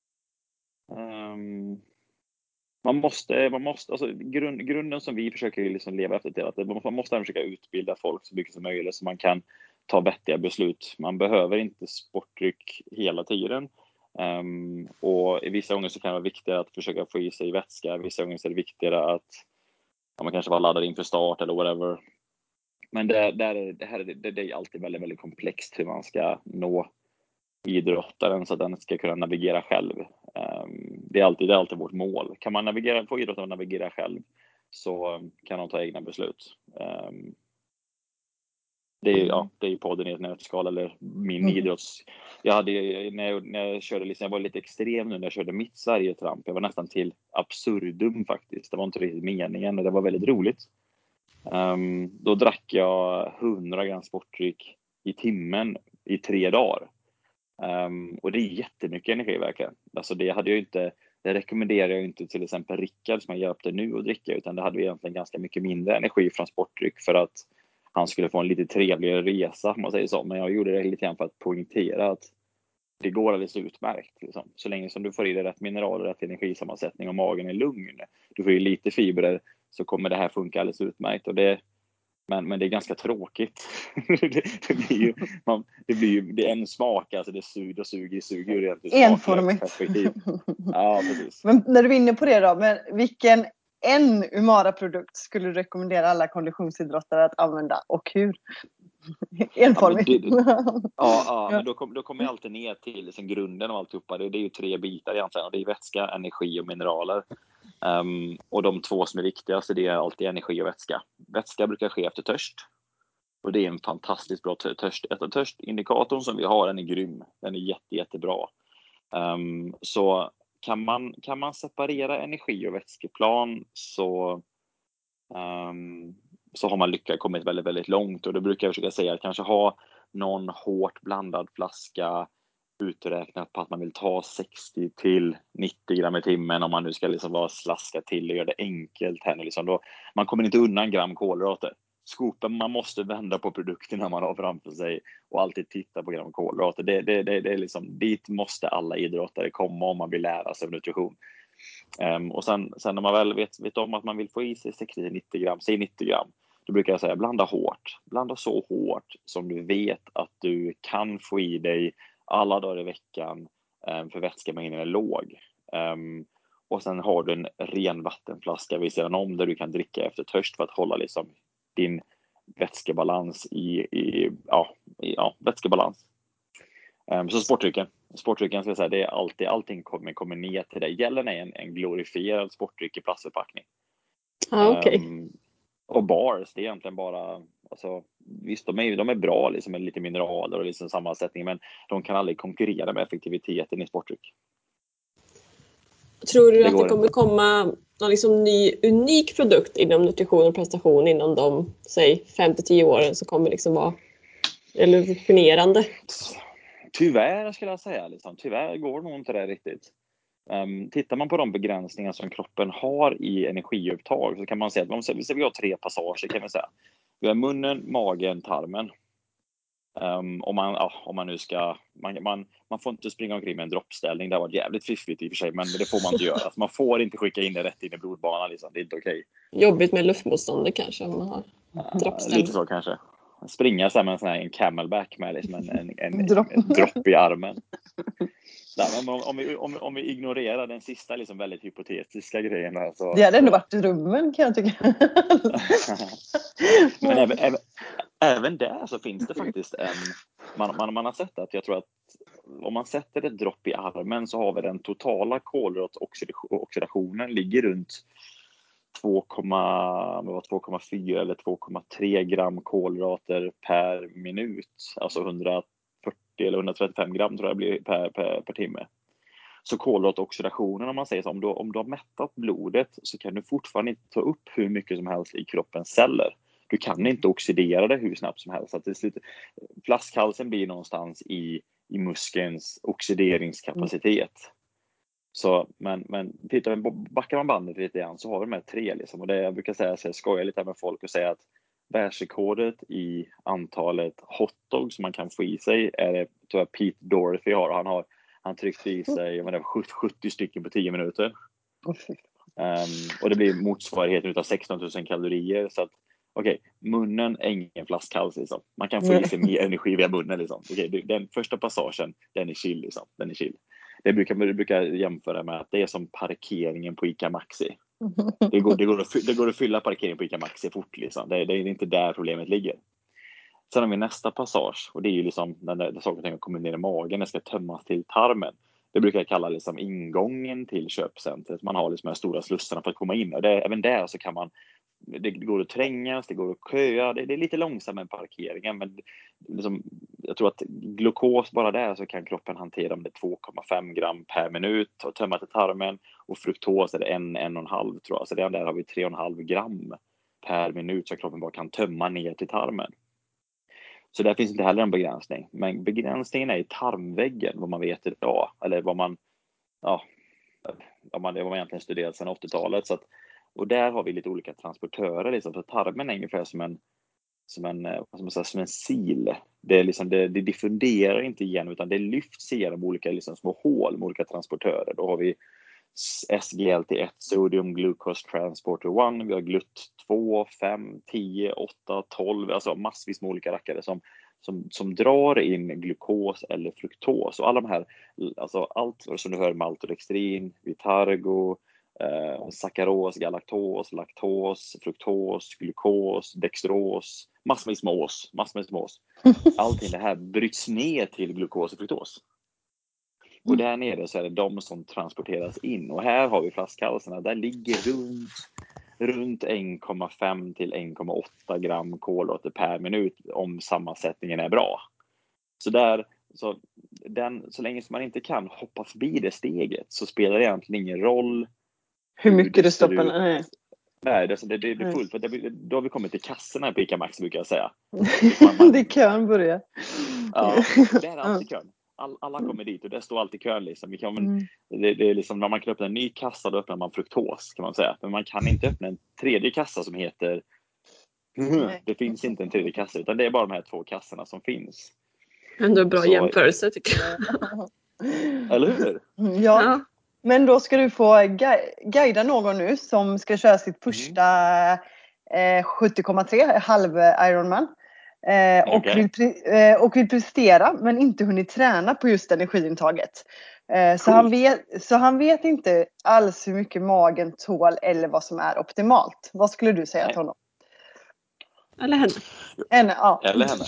man måste alltså grunden som vi försöker liksom leva efter till att man måste försöka utbilda folk så mycket som möjligt så man kan ta vettiga beslut. Man behöver inte sportdryck hela tiden. Och i vissa gånger så kan det vara viktigare att försöka få i sig vätska. Vissa gånger så är det viktigare att man kanske var laddad inför start eller whatever. Men det är alltid väldigt, väldigt komplext hur man ska nå idrottaren så att den ska kunna navigera själv. Det är alltid vårt mål. Kan man få idrottaren att navigera själv så kan de ta egna beslut. Det är ju podden i ett nötskal eller min idrotts. När jag körde liksom, jag var lite extrem nu när jag körde mitt Sverige-tramp. Jag var nästan till absurdum faktiskt. Det var inte riktigt meningen och det var väldigt roligt. Då drack jag 100 gram sportdryck i timmen i 3 dagar. Och det är jättemycket energi verkligen. Alltså det rekommenderar jag inte till exempel Rickard som jag hjälpte nu att dricka, utan det hade egentligen ganska mycket mindre energi från sportdryck för att han skulle få en lite trevligare resa om man säger så. Men jag gjorde det lite grann för att poängtera att det går alldeles utmärkt. Liksom. Så länge som du får i dig rätt mineraler, rätt energisammansättning och magen är lugn, du får i lite fibrer, så kommer det här funka alldeles utmärkt. Och men det är ganska tråkigt. det blir en smak, alltså det suger ju rent enformigt. Ja, precis. Men när du är inne på det då, men vilken Umara-produkt skulle du rekommendera alla konditionsidrottare att använda och hur? Enformigt. Men då kommer jag alltid ner till liksom grunden av alltihopa. Det är ju 3 bitar egentligen. Det är vätska, energi och mineraler. Och de 2 som är viktigast, det är alltid energi och vätska. Vätska brukar ske efter törst. Och det är en fantastiskt bra törstindikatorn som vi har, den är grym. Den är jättebra. Så kan man separera energi och vätskeplan så har man kommit väldigt, väldigt långt. Och då brukar jag försöka säga att kanske ha någon hårt blandad flaska uträknat på att man vill ta 60 till 90 gram i timmen om man nu ska liksom vara slaska till och göra det enkelt här nu liksom. Då, man kommer inte undan gram kolhydrater. Skopen, man måste vända på produkterna man har framför sig och alltid titta på gram kolhydrater. Det är liksom, dit måste alla idrottare komma om man vill lära sig nutrition. Och sen när man väl vet om att man vill få i sig 60-90 gram, säg 90 gram, då brukar jag säga blanda hårt. Blanda så hårt som du vet att du kan få i dig alla dagar i veckan, för vätskemängden är låg. Och sen har du en ren vattenflaska vid sidan om där du kan dricka efter törst för att hålla liksom din vätskebalans i vätskebalans. Så sportdrycken ska jag säga, det är allting kommer ner till det. Gäller en glorifierad sportdryck i plastförpackning. Okay. Och bars, det är egentligen bara, alltså, visst de är bra liksom, med lite mineraler och liksom sammansättning, men de kan aldrig konkurrera med effektiviteten i sportdryck. Tror du att det kommer komma någon liksom ny unik produkt inom nutrition och prestation inom de, säg 5-10 åren som kommer liksom vara revolutionerande? Tyvärr skulle jag säga. Liksom. Tyvärr går nog inte det riktigt. Tittar man på de begränsningar som kroppen har i energiupptag så kan man säga att vi har 3 passager kan vi säga. Vi har munnen, magen, tarmen. Om man nu ska, man får inte springa omkring med en droppställning. Det har varit jävligt fiffigt i och för sig, men det får man inte göra. Alltså, man får inte skicka in det rätt in i blodbanan liksom. Det är inte okej. Jobbigt med luftmotståndet kanske om man har droppställning. Lite så kanske. Springa så här med en camelback med liksom en dropp i armen. Nej, men om vi ignorerar den sista liksom väldigt hypotetiska grejen där, så det hade ändå varit drömmen, kan jag tycka. Men även där så finns det faktiskt man har sett att, jag tror att om man sätter ett dropp i armen så har vi den totala kolhydratoxidationen ligger runt 2,4 eller 2,3 gram kolhydrater per minut. Alltså 140 eller 135 gram tror jag blir per timme. Så kolhydratoxidationen, om man säger så, om du har mättat blodet så kan du fortfarande inte ta upp hur mycket som helst i kroppens celler. Du kan inte oxidera det hur snabbt som helst. Så till slut, flaskhalsen blir någonstans i muskelns oxideringskapacitet. Så, men backar man bandet lite grann så har de här 3 liksom. Och det jag brukar säga, så jag skojar lite med folk och säga att världsrekordet i antalet hotdogs som man kan få i sig är det, tror jag, Pete Doherty har. Han tryckte i sig 70 stycken på 10 minuter. Och det blir motsvarigheten utav 16 000 kalorier. Så att, okej, munnen är ingen flaskhals liksom. Man kan få i sig mer energi via munnen liksom. Okej, den första passagen, den är chill liksom. Den är chill. Det brukar jämföra med att det är som parkeringen på ICA Maxi. Det går att fylla parkeringen på ICA Maxi fort liksom. Det är inte där problemet ligger. Sen har vi nästa passage, och det är ju liksom när saker och ting kommer ner i magen, det ska tömmas till tarmen. Det brukar jag kalla liksom ingången till köpcentret. Man har liksom de stora slussarna för att komma in, och även där så kan man, det går att trängas, det går att köa, det är lite långsammare än parkeringen, men liksom, jag tror att glukos bara där så kan kroppen hantera med 2,5 gram per minut och tömma till tarmen, och fruktos är det 1,5 tror jag, så där har vi 3,5 gram per minut så kroppen bara kan tömma ner till tarmen. Så där finns inte heller en begränsning. Men begränsningen är i tarmväggen, vad man vet idag. Eller vad man egentligen studerat sedan 80-talet. Så att, och där har vi lite olika transportörer. Liksom, för tarmen är ungefär som en sil. Det, är liksom, det diffunderar inte igen, utan det lyfts igenom olika liksom, små hål med olika transportörer. Då har vi SGLT1, Sodium Glucose Transporter 1, vi har GLUT2, 5, 10, 8, 12, alltså massvis med olika rackare som drar in glukos eller fruktos. Och alla de här, alltså allt som du hör, maltodextrin, Vitargo, sackaros, galaktos, laktos, fruktos, glukos, dextros, massvis med ås. Allting det här bryts ner till glukos och fruktos. Och där nere så är det de som transporteras in. Och här har vi flaskhalsarna. Där ligger runt 1,5 till 1,8 gram kolhydrater per minut om sammansättningen är bra. Så länge som man inte kan hoppa förbi det steget så spelar det egentligen ingen roll hur mycket du stoppar. Nej, det är fullt. För då har vi kommit till kassorna på ICA Maxi, brukar jag säga. Det är kön börjar. Ja, det är alltid kön. Alla kommer dit och det står alltid kön liksom. Det är liksom när man kan öppna en ny kassa, då öppnar man fruktos, kan man säga. Men man kan inte öppna en tredje kassa som heter det finns inte en tredje kassa, utan det är bara de här 2 kassorna som finns. Ändå bra jämförelse tycker jag. Eller hur? Ja. Men då ska du få guida någon nu som ska köra sitt första 70,3 halv Ironman. Och vill prestera men inte hunnit träna på just energiintaget. Så han vet inte alls hur mycket magen tål eller vad som är optimalt. Vad skulle du säga till honom? Eller henne. Eller henne.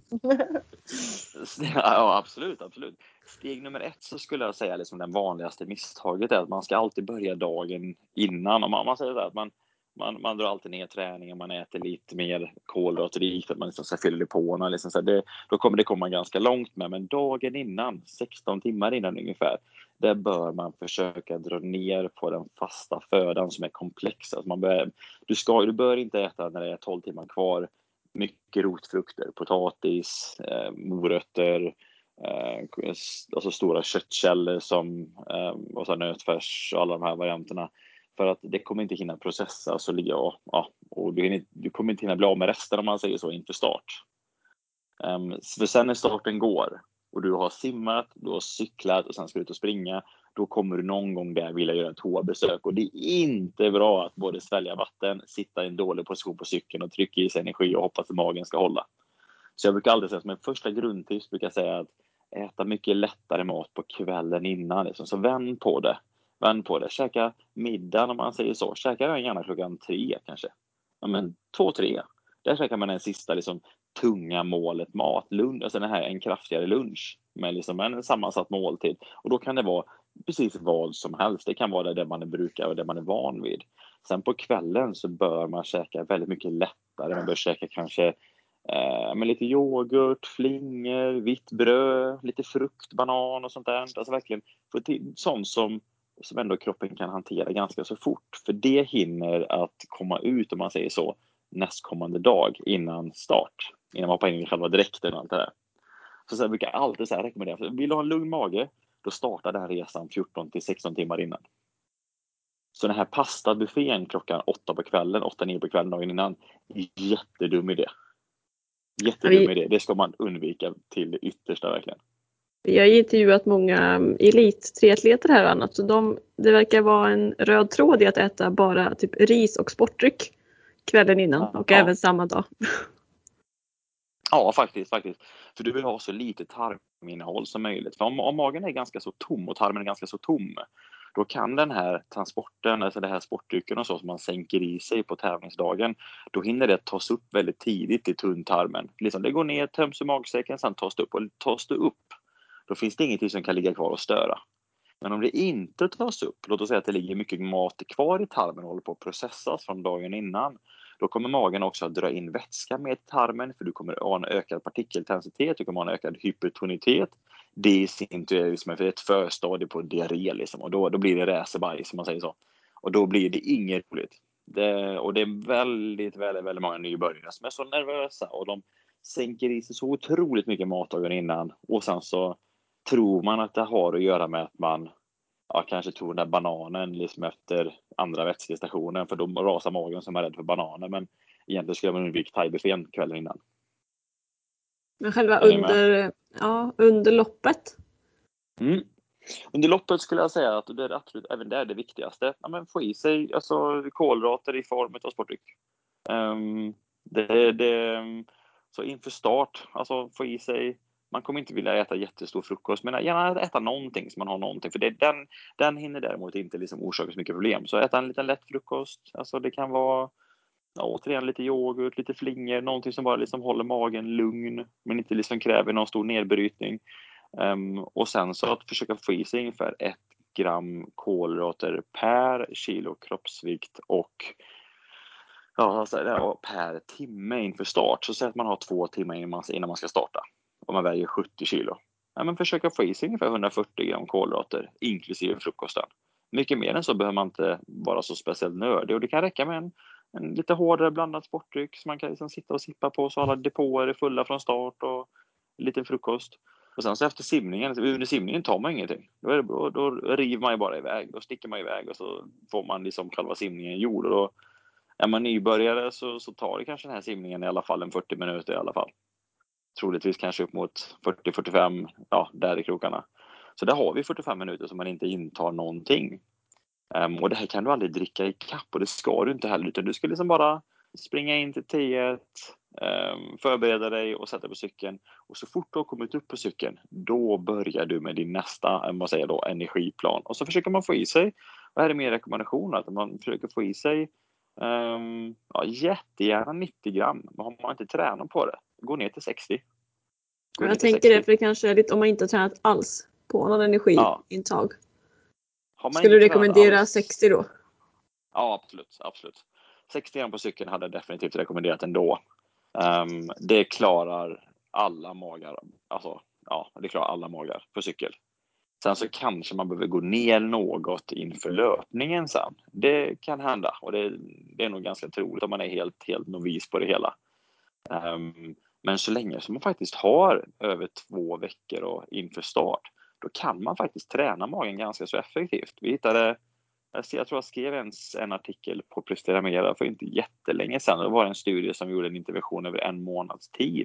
Ja, absolut. Steg nummer 1 så skulle jag säga liksom den vanligaste misstaget är att man ska alltid börja dagen innan. Om man säger så här, att man drar alltid ner träningen, man äter lite mer kolhydrater för att man liksom ska fylla depåerna. Liksom så här, då kommer det komma ganska långt med. Men dagen innan, 16 timmar innan ungefär, där bör man försöka dra ner på den fasta födan som är komplex. Alltså du bör inte äta när det är 12 timmar kvar mycket rotfrukter, potatis, morötter, alltså stora köttkällor som och så nötfärs och alla de här varianterna. För att det kommer inte hinna processa och du kommer inte hinna bli av med resten, om man säger så, inför start. För sen när starten går och du har simmat, du har cyklat och sen ska du ut och springa, då kommer du någon gång där vilja göra ett toabesök. Och det är inte bra att både svälja vatten, sitta i en dålig position på cykeln och trycka i sig energi och hoppas att magen ska hålla. Så jag brukar alltid säga som en första grundtips brukar jag säga att äta mycket lättare mat på kvällen innan. Liksom. Så vänd på det. Käka middag om man säger så. Käka den gärna 3:00 kanske. Ja, men 2-3. Där käkar man den sista liksom, tunga målet mat. Lunch, alltså den här en kraftigare lunch. Med liksom en sammansatt måltid. Och då kan det vara precis vad som helst. Det kan vara det man brukar och det man är van vid. Sen på kvällen så bör man käka väldigt mycket lättare. Man bör käka kanske med lite yoghurt, flingor, vitt bröd, lite frukt, banan och sånt där. Alltså verkligen få till sånt som ändå kroppen kan hantera ganska så fort. För det hinner att komma ut, om man säger så, nästkommande dag innan start. Innan man hoppar in i själva dräkten och allt det där. Så jag brukar alltid så här rekommendera. Vill du ha en lugn mage, då startar den resan 14-16 timmar innan. Så den här pastabuffén klockan 8-9 på kvällen dagen innan, jättedum idé. Jättedum idé. Det ska man undvika till det yttersta verkligen. Vi har intervjuat många elittriatleter här och annat. Så det verkar vara en röd tråd i att äta bara typ ris och sportdryck kvällen innan och även samma dag. Ja, faktiskt. För du vill ha så lite tarminnehåll som möjligt. För om magen är ganska så tom och tarmen är ganska så tom, då kan den här transporten, alltså det här sportdrycken och så som man sänker i sig på tävlingsdagen, då hinner det tas upp väldigt tidigt i tunntarmen. Liksom det går ner, töms ur magsäcken, sen tas det upp. Och tas det upp, då finns det ingenting som kan ligga kvar och störa. Men om det inte tas upp, låt oss säga att det ligger mycket mat kvar i tarmen och håller på att processas från dagen innan, då kommer magen också att dra in vätska med tarmen, för du kommer ha en ökad partikeltensitet, du kommer ha en ökad hypertonitet. Det i sin tur är liksom ett förstadie på diarré liksom, och då blir det räsebajs som man säger så. Och då blir det inget roligt. Det är väldigt många nybörjare som är så nervösa och de sänker i sig så otroligt mycket mat dagen innan, och sen så tror man att det har att göra med att man kanske tog den där bananen liksom efter andra vätskestationen, för då rasar magen som är rädd för bananer. Men egentligen skulle man undvika thaibuffén kvällen innan. Men själva under loppet? Under loppet skulle jag säga att det är absolut även det viktigaste. Ja, men få i sig alltså kolhydrater i form av sportdryck. Så inför start, alltså få i sig. Man kommer inte vilja äta jättestor frukost, men gärna äta någonting så man har någonting. För den hinner däremot inte liksom orsaka så mycket problem. Så äta en liten lätt frukost. Alltså det kan vara återigen lite yoghurt, lite flingor. Någonting som bara liksom håller magen lugn, men inte liksom kräver någon stor nedbrytning. Och sen så att försöka få i sig ungefär 1 gram kolhydrater per kilo kroppsvikt och per timme inför start. Så säg att man har 2 timmar innan man ska starta. Om man väger 70 kilo. Ja, men försöka få i sig ungefär 140 gram kolhydrater inklusive frukosten. Mycket mer än så behöver man inte vara så speciellt nördig. Och det kan räcka med en lite hårdare blandad sportdryck som man kan liksom sitta och sippa på, så alla depåer är fulla från start och lite frukost. Och sen så efter simningen, under simningen tar man ingenting. Då river man ju bara iväg. Då sticker man iväg och så får man liksom själva simningen gjord. Och då är man nybörjare så tar det kanske den här simningen i alla fall en 40 minuter i alla fall. Troligtvis kanske upp mot 40-45, där i krokarna. Så där har vi 45 minuter som man inte intar någonting. Och det här kan du aldrig dricka i kapp, och det ska du inte heller, utan du ska liksom bara springa in till T1, förbereda dig och sätta på cykeln. Och så fort du har kommit upp på cykeln, då börjar du med din nästa energiplan. Och så försöker man få i sig, vad är det mer rekommendationer? Att man försöker få i sig jättegärna 90 gram. Men har man inte tränat på det, gå ner till 60. Jag tänker det, för det kanske är lite om man inte har tränat alls på någon energiintag. Skulle du rekommendera 60 då? Ja, absolut. 60 gram på cykeln hade jag definitivt rekommenderat ändå. Det klarar alla magar. Alltså, det klarar alla magar på cykel. Sen så kanske man behöver gå ner något inför löpningen sen. Det kan hända, och det är nog ganska troligt om man är helt novis på det hela. Men så länge som man faktiskt har över 2 veckor och inför start, då kan man faktiskt träna magen ganska så effektivt. Jag tror jag skrev en artikel på Prestera Mera för inte jättelänge sedan. Det var en studie som gjorde en intervention över 1 månads tid.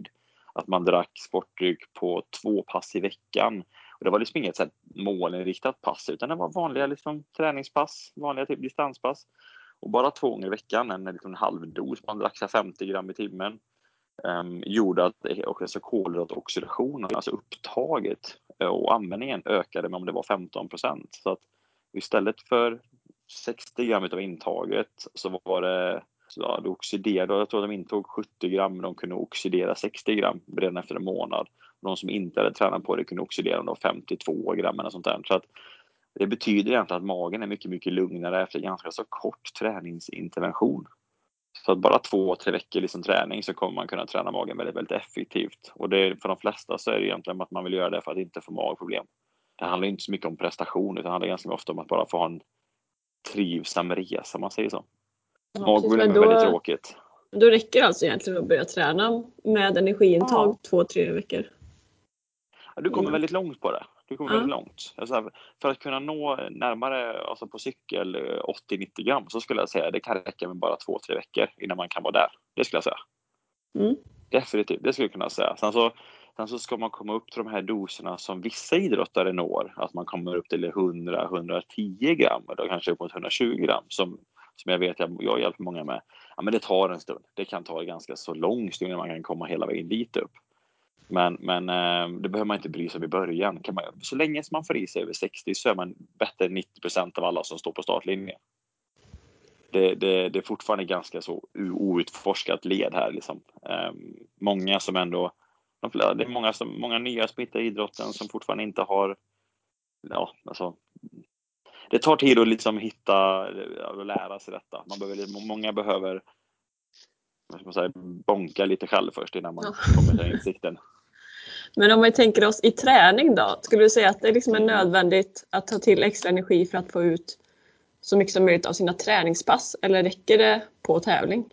att man drack sportdryck på 2 pass i veckan. Och det var liksom inget så här målinriktat pass, utan det var vanliga liksom träningspass, vanliga typ distanspass. Och bara 2 gånger i veckan, en halv dos, man drack 50 gram i timmen. Gjorde att också kolhydratoxidation, alltså upptaget och användningen ökade med om det var 15%. Så att istället för 60 gram av intaget så var det, ja, det oxiderade, jag tror att de intog 70 gram, men de kunde oxidera 60 gram redan efter en månad. De som inte hade tränat på det kunde oxidera då 52 gram eller sånt där. Så att det betyder egentligen att magen är mycket, mycket lugnare efter ganska så kort träningsintervention. Så att bara 2-3 veckor liksom träning så kommer man kunna träna magen väldigt, väldigt effektivt. Och det, för de flesta så är det egentligen att man vill göra det för att inte få magproblem. Det handlar inte så mycket om prestation, utan det handlar ganska ofta om att bara få ha en trivsam resa, man säger så. Ja, magproblem är väldigt tråkigt. Då räcker alltså egentligen att börja träna med energiintag 2-3 veckor. Ja, du kommer väldigt långt på det. Du kommer väldigt långt. Alltså, för att kunna nå närmare, alltså på cykel 80-90 gram, så skulle jag säga att det kan räcka med bara 2-3 veckor innan man kan vara där. Det skulle jag säga. Definitivt, det skulle jag kunna säga. Sen så ska man komma upp till de här doserna som vissa idrottare når. Att man kommer upp till 100-110 gram, eller kanske upp mot 120 gram, som jag vet jag hjälper många med. Ja, men det tar en stund. Det kan ta ganska så lång stund när man kan komma hela vägen dit upp. Men det behöver man inte bry sig om i början. Så länge som man får i sig över 60 så är man bättre än 90% av alla som står på startlinjen. Det är fortfarande ganska så outforskat led här liksom. Många som ändå, det är många nya smittade i idrotten som fortfarande inte har, ja, alltså det tar tid att liksom hitta och lära sig detta. Många behöver, vad ska man säga, bonka lite själv först innan man kommer till insikten. Men om vi tänker oss i träning då, skulle du säga att det liksom är nödvändigt att ta till extra energi för att få ut så mycket som möjligt av sina träningspass, eller räcker det på tävling?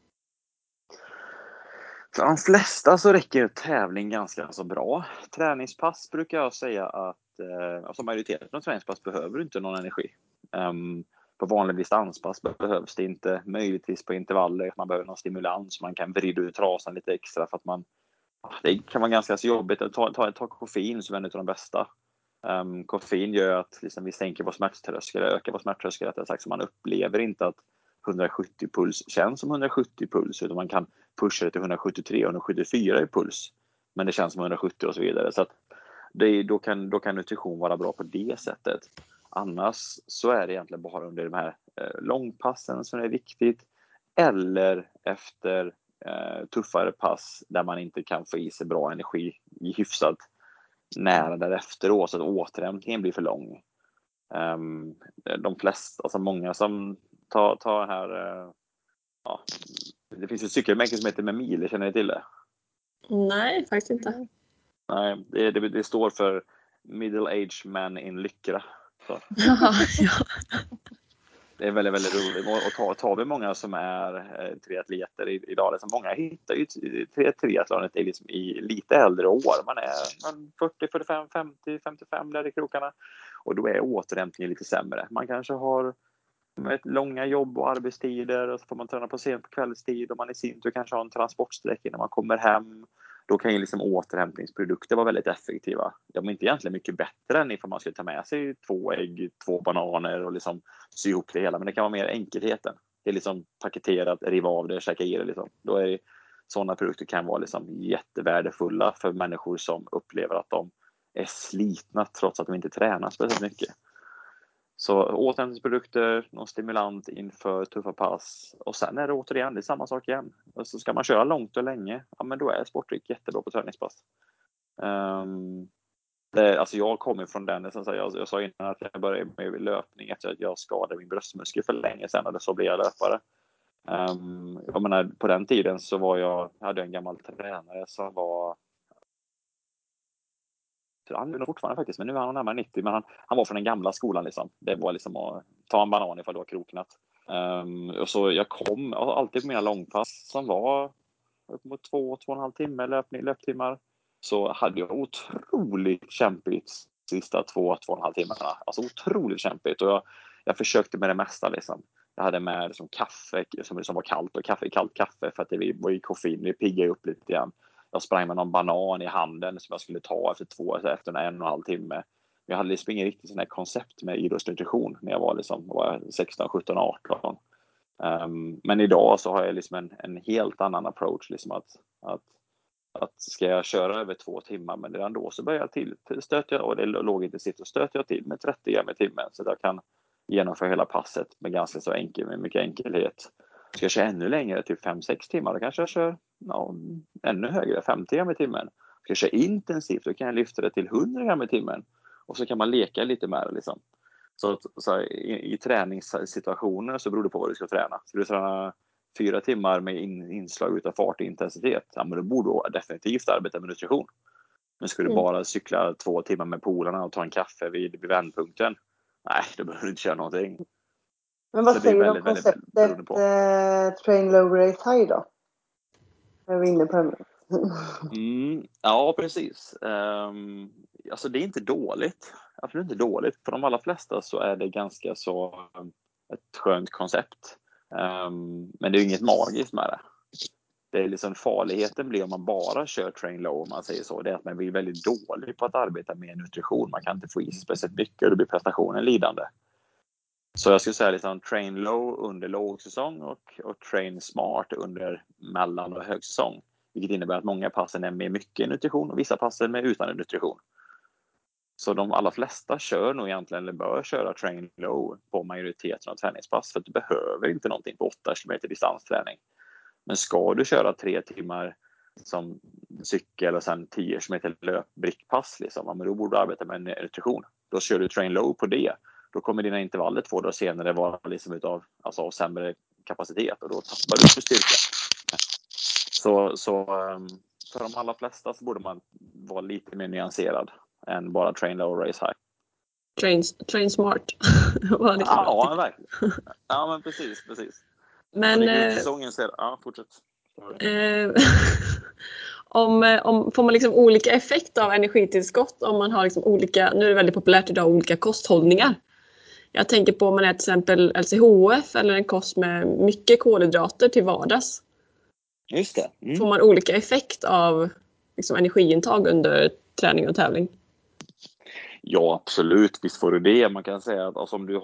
För de flesta så räcker tävling ganska så bra. Träningspass brukar jag säga att alltså majoriteten av träningspass behöver inte någon energi. På vanlig distanspass behövs det inte, möjligtvis på intervaller. Man behöver någon stimulans, man kan vrida ut trasan lite extra för att det kan vara ganska så jobbigt att ta koffein som är en av de bästa. Koffein gör att liksom vi sänker vår smärttröskel, ökar vår smärttröskel rättare sagt, så man upplever inte att 170 puls känns som 170 puls, utan man kan pusha det till 173 och 174 i puls, men det känns som 170 och så vidare. Så att då kan nutrition vara bra på det sättet. Annars så är det egentligen bara under de här långpassen som är viktigt, eller efter tuffare pass där man inte kan få i sig bra energi i hyfsat nära därefter, så att återhämtningen blir för lång. De flesta, alltså många som tar här, ja, det finns ett cykelmärke som heter Memile, känner ni till det? Nej, faktiskt inte. Nej, det står för Middle Age Man in Lyckra. Så. Ja. Det är väldigt, väldigt roligt. Och tar vi många som är triatleter idag, liksom många hittar ju triathlonet liksom i lite äldre år. Man är 40, 45, 50, 55 där i krokarna. Och då är återhämtningen lite sämre. Man kanske har långa jobb och arbetstider, och så får man träna på sent på kvällstid, och man i sin tur kanske har en transportsträcka när man kommer hem. Då kan ju liksom återhämtningsprodukter vara väldigt effektiva. De är inte egentligen mycket bättre än ifall man skulle ta med sig 2 ägg, 2 bananer och liksom sy ihop det hela. Men det kan vara mer enkelheten. Det är liksom paketerat, riva av det, käka i det liksom. Då är sådana produkter kan vara liksom jättevärdefulla för människor som upplever att de är slitna trots att de inte tränar speciellt mycket. Så återhämtningsprodukter, någon stimulant inför tuffa pass, och sen är det återigen, det är samma sak igen. Och så ska man köra långt och länge, ja men då är sportdryck jättebra på träningspass. Alltså jag kommer från den, jag sa innan att jag började med löpning efter att jag skadade min bröstmuskel för länge sedan, och så blev jag löpare. Jag menar, på den tiden så hade jag en gammal tränare som var, han är fortfarande faktiskt, men nu är han närmare 90, men han var från den gamla skolan liksom. Det var liksom att ta en banan ifall du har kroknat. Och så jag kom alltid på mina långpass som var upp mot 2,5 timmar löptimmar. Så hade jag otroligt kämpigt sista 2,5 timmarna. Alltså otroligt kämpigt, och jag försökte med det mesta liksom. Jag hade med liksom kaffe som var kallt, och kallt kaffe för att det var ju koffein, det piggar upp lite grann. jag sprang med någon banan i handen som jag skulle ta efter en och en halv timme. Jag hade liksom ingen riktigt sån här koncept med idrottsnutrition när jag var 16, 17, 18. Men idag så har jag liksom en helt annan approach, liksom att ska jag köra över 2 timmar, men redan då så börjar jag stöter jag, och det är lågintensivt, och stöter jag till med 30 gram i timmen så att jag kan genomföra hela passet med ganska så med mycket enkelhet. Ska jag köra ännu längre, till 5-6 timmar, då kanske jag kör ännu högre, 50 gram i timmen. Ska jag köra intensivt, då kan jag lyfta det till 100 gram i timmen. Och så kan man leka lite med det liksom. Så i träningssituationer så beror det på vad du ska träna. Ska du träna 4 timmar med inslag utav fart och intensitet, ja, men då borde du definitivt arbeta med nutrition. Men ska du bara cykla 2 timmar med polarna och ta en kaffe vid vändpunkten, nej, då behöver du inte köra någonting. Men vad säger du om konceptet train low race high då? Jag var inne på det. Ja, precis. Alltså det är inte dåligt. Absolut inte dåligt. För de allra flesta så är det ganska så ett skönt koncept. Men det är ju inget magiskt med det. Det är liksom farligheten blir om man bara kör train low, om man säger så. Det är att man blir väldigt dålig på att arbeta med nutrition. Man kan inte få i sig speciellt mycket och då blir prestationen lidande. Så jag skulle säga liksom train low under lågsäsong och train smart under mellan- och högsäsong. Vilket innebär att många passen är med mycket nutrition och vissa passen med utan nutrition. Så de allra flesta kör nog egentligen, eller bör köra train low på majoriteten av träningspass. För att du behöver inte någonting på 8 km distansträning. Men ska du köra 3 timmar som cykel och sen 10 km löpbrickpass, liksom, men då borde du arbeta med nutrition. Då kör du train low på det. Då kommer dina intervaller 2 dagar senare vara liksom av sämre kapacitet och då tappar du på styrka. Så för de allra flesta så borde man vara lite mer nyanserad än bara train low, race high. Train smart. Ja, verkligen. Ja, men precis. Men säsongen ser, fortsätt. Får man liksom olika effekt av energitillskott om man har liksom olika, nu är det väldigt populärt idag, olika kosthållningar. Jag tänker på om man är till exempel LCHF eller en kost med mycket kolhydrater till vardags. Just det. Får man olika effekt av liksom energiintag under träning och tävling? Ja, absolut. Visst får du det. Man kan säga att alltså, om du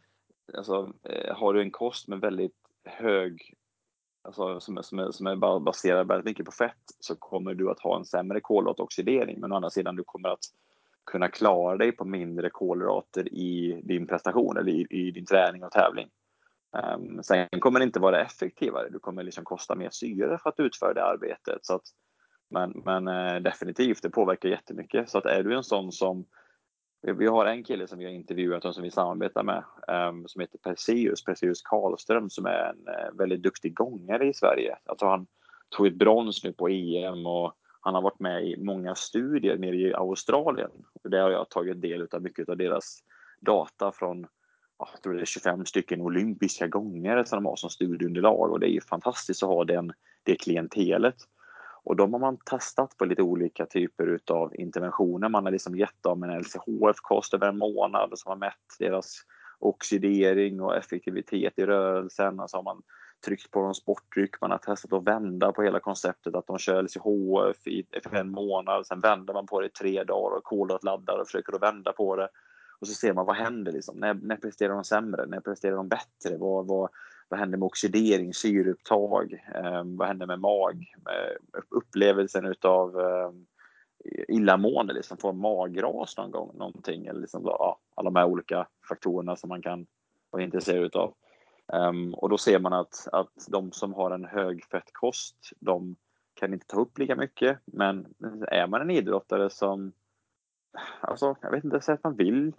har du en kost med väldigt hög, alltså, som är baserad väldigt mycket på fett, så kommer du att ha en sämre kolhydratoxidering. Men å andra sidan, du kommer att kunna klara dig på mindre kolhydrater i din prestation eller i din träning och tävling. Sen kommer det inte vara effektivare. Du kommer liksom kosta mer syre för att utföra det arbetet. Så att, men definitivt, det påverkar jättemycket. Så att är du en sån som, vi har en kille som vi har intervjuat och som vi samarbetar med, som heter Perseus Karlström, som är en väldigt duktig gångare i Sverige. Jag tror han tog ett brons nu på EM och han har varit med i många studier nere i Australien. Och där har jag tagit del av mycket av deras data från, jag tror det är 25 stycken olympiska gångare som de har som studieunderlag. Och det är ju fantastiskt att ha det klientelet. Och de har man testat på lite olika typer av interventioner. Man har liksom gett dem en LCHF-kost över en månad och så har man mätt deras oxidering och effektivitet i rörelsen. Och så har man tryckt på dem sporttryck. Man har testat att vända på hela konceptet att de kör LCHF för en månad. Sen vänder man på det i 3 dagar och kolhydratladdar och försöker att vända på det. Och så ser man vad händer liksom. När presterar de sämre? När presterar de bättre? Vad händer med oxidering, syreupptag? Vad händer med upplevelsen utav illamående? Liksom, får magras någon gång? Någonting? Eller liksom, alla de här olika faktorerna som man kan vara intresserad utav. Och då ser man att de som har en hög fettkost, de kan inte ta upp lika mycket. Men är man en idrottare som, alltså, jag vet inte, så att man vill,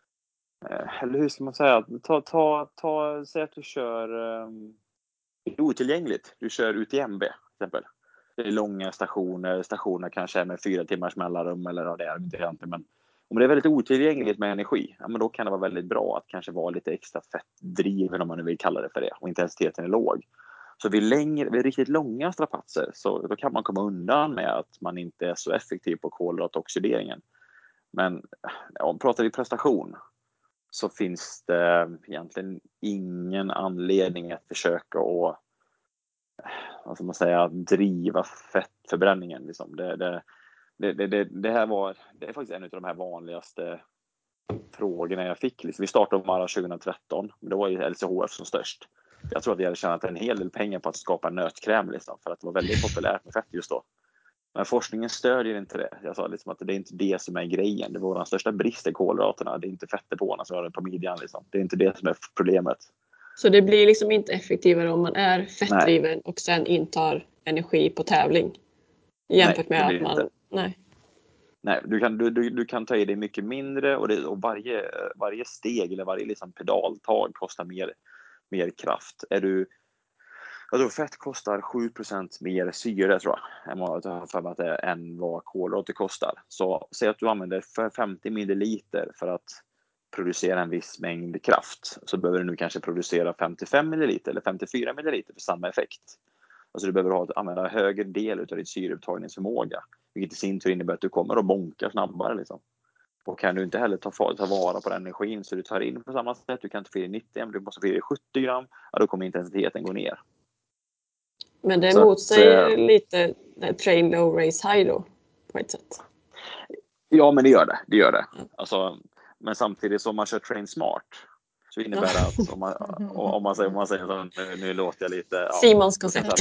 eller hur ska man säga, säg att du kör otillgängligt, du kör UTMB till exempel. Det är långa stationer kanske med 4 timmars mellanrum eller det är inte egentligen, men om det är väldigt otillgängligt med energi, ja, men då kan det vara väldigt bra att kanske vara lite extra fettdriven, om man nu vill kalla det för det, och intensiteten är låg. Så vid riktigt långa strapatser så då kan man komma undan med att man inte är så effektiv på kolhydratoxideringen. Men pratar vi prestation, så finns det egentligen ingen anledning att försöka vad ska man säga, driva fettförbränningen liksom. Det är faktiskt en av de här vanligaste frågorna jag fick. Liksom. Vi startade Omara 2013, men det var ju LCHF som störst. Jag tror att vi hade tjänat en hel del pengar på att skapa nötkräm liksom, för att det var väldigt populärt med fett just då. Men forskningen stödjer inte det. Jag sa liksom att det är inte det som är grejen. Det var den största bristen i kolhydraterna. Det är inte fettdepåerna som har det på midjan. Liksom. Det är inte det som är problemet. Så det blir liksom inte effektivare om man är fettdriven och sen intar energi på tävling? Jämfört med att man... Nej, du kan ta i dig mycket mindre och varje steg eller varje liksom pedaltag kostar mer kraft. Fett kostar 7% mer syre tror jag än vad kolhydrater kostar. Så säg att du använder för 50 milliliter för att producera en viss mängd kraft, så behöver du nu kanske producera 55 milliliter eller 54 milliliter för samma effekt. Alltså du behöver använda högre del av din syreupptagningsförmåga, vilket i sin tur innebär att du kommer att bonka snabbare liksom. Och kan du inte heller ta vara på den energin så du tar in på samma sätt, du kan inte få i 90 gram, du måste få i 70 gram, då kommer intensiteten gå ner. Men det motsäger lite train low, race high då, på ett sätt. Ja, men det gör det. Alltså, men samtidigt som man kör train smart så innebär det att om man säger så, nu låter jag lite... Simons koncept.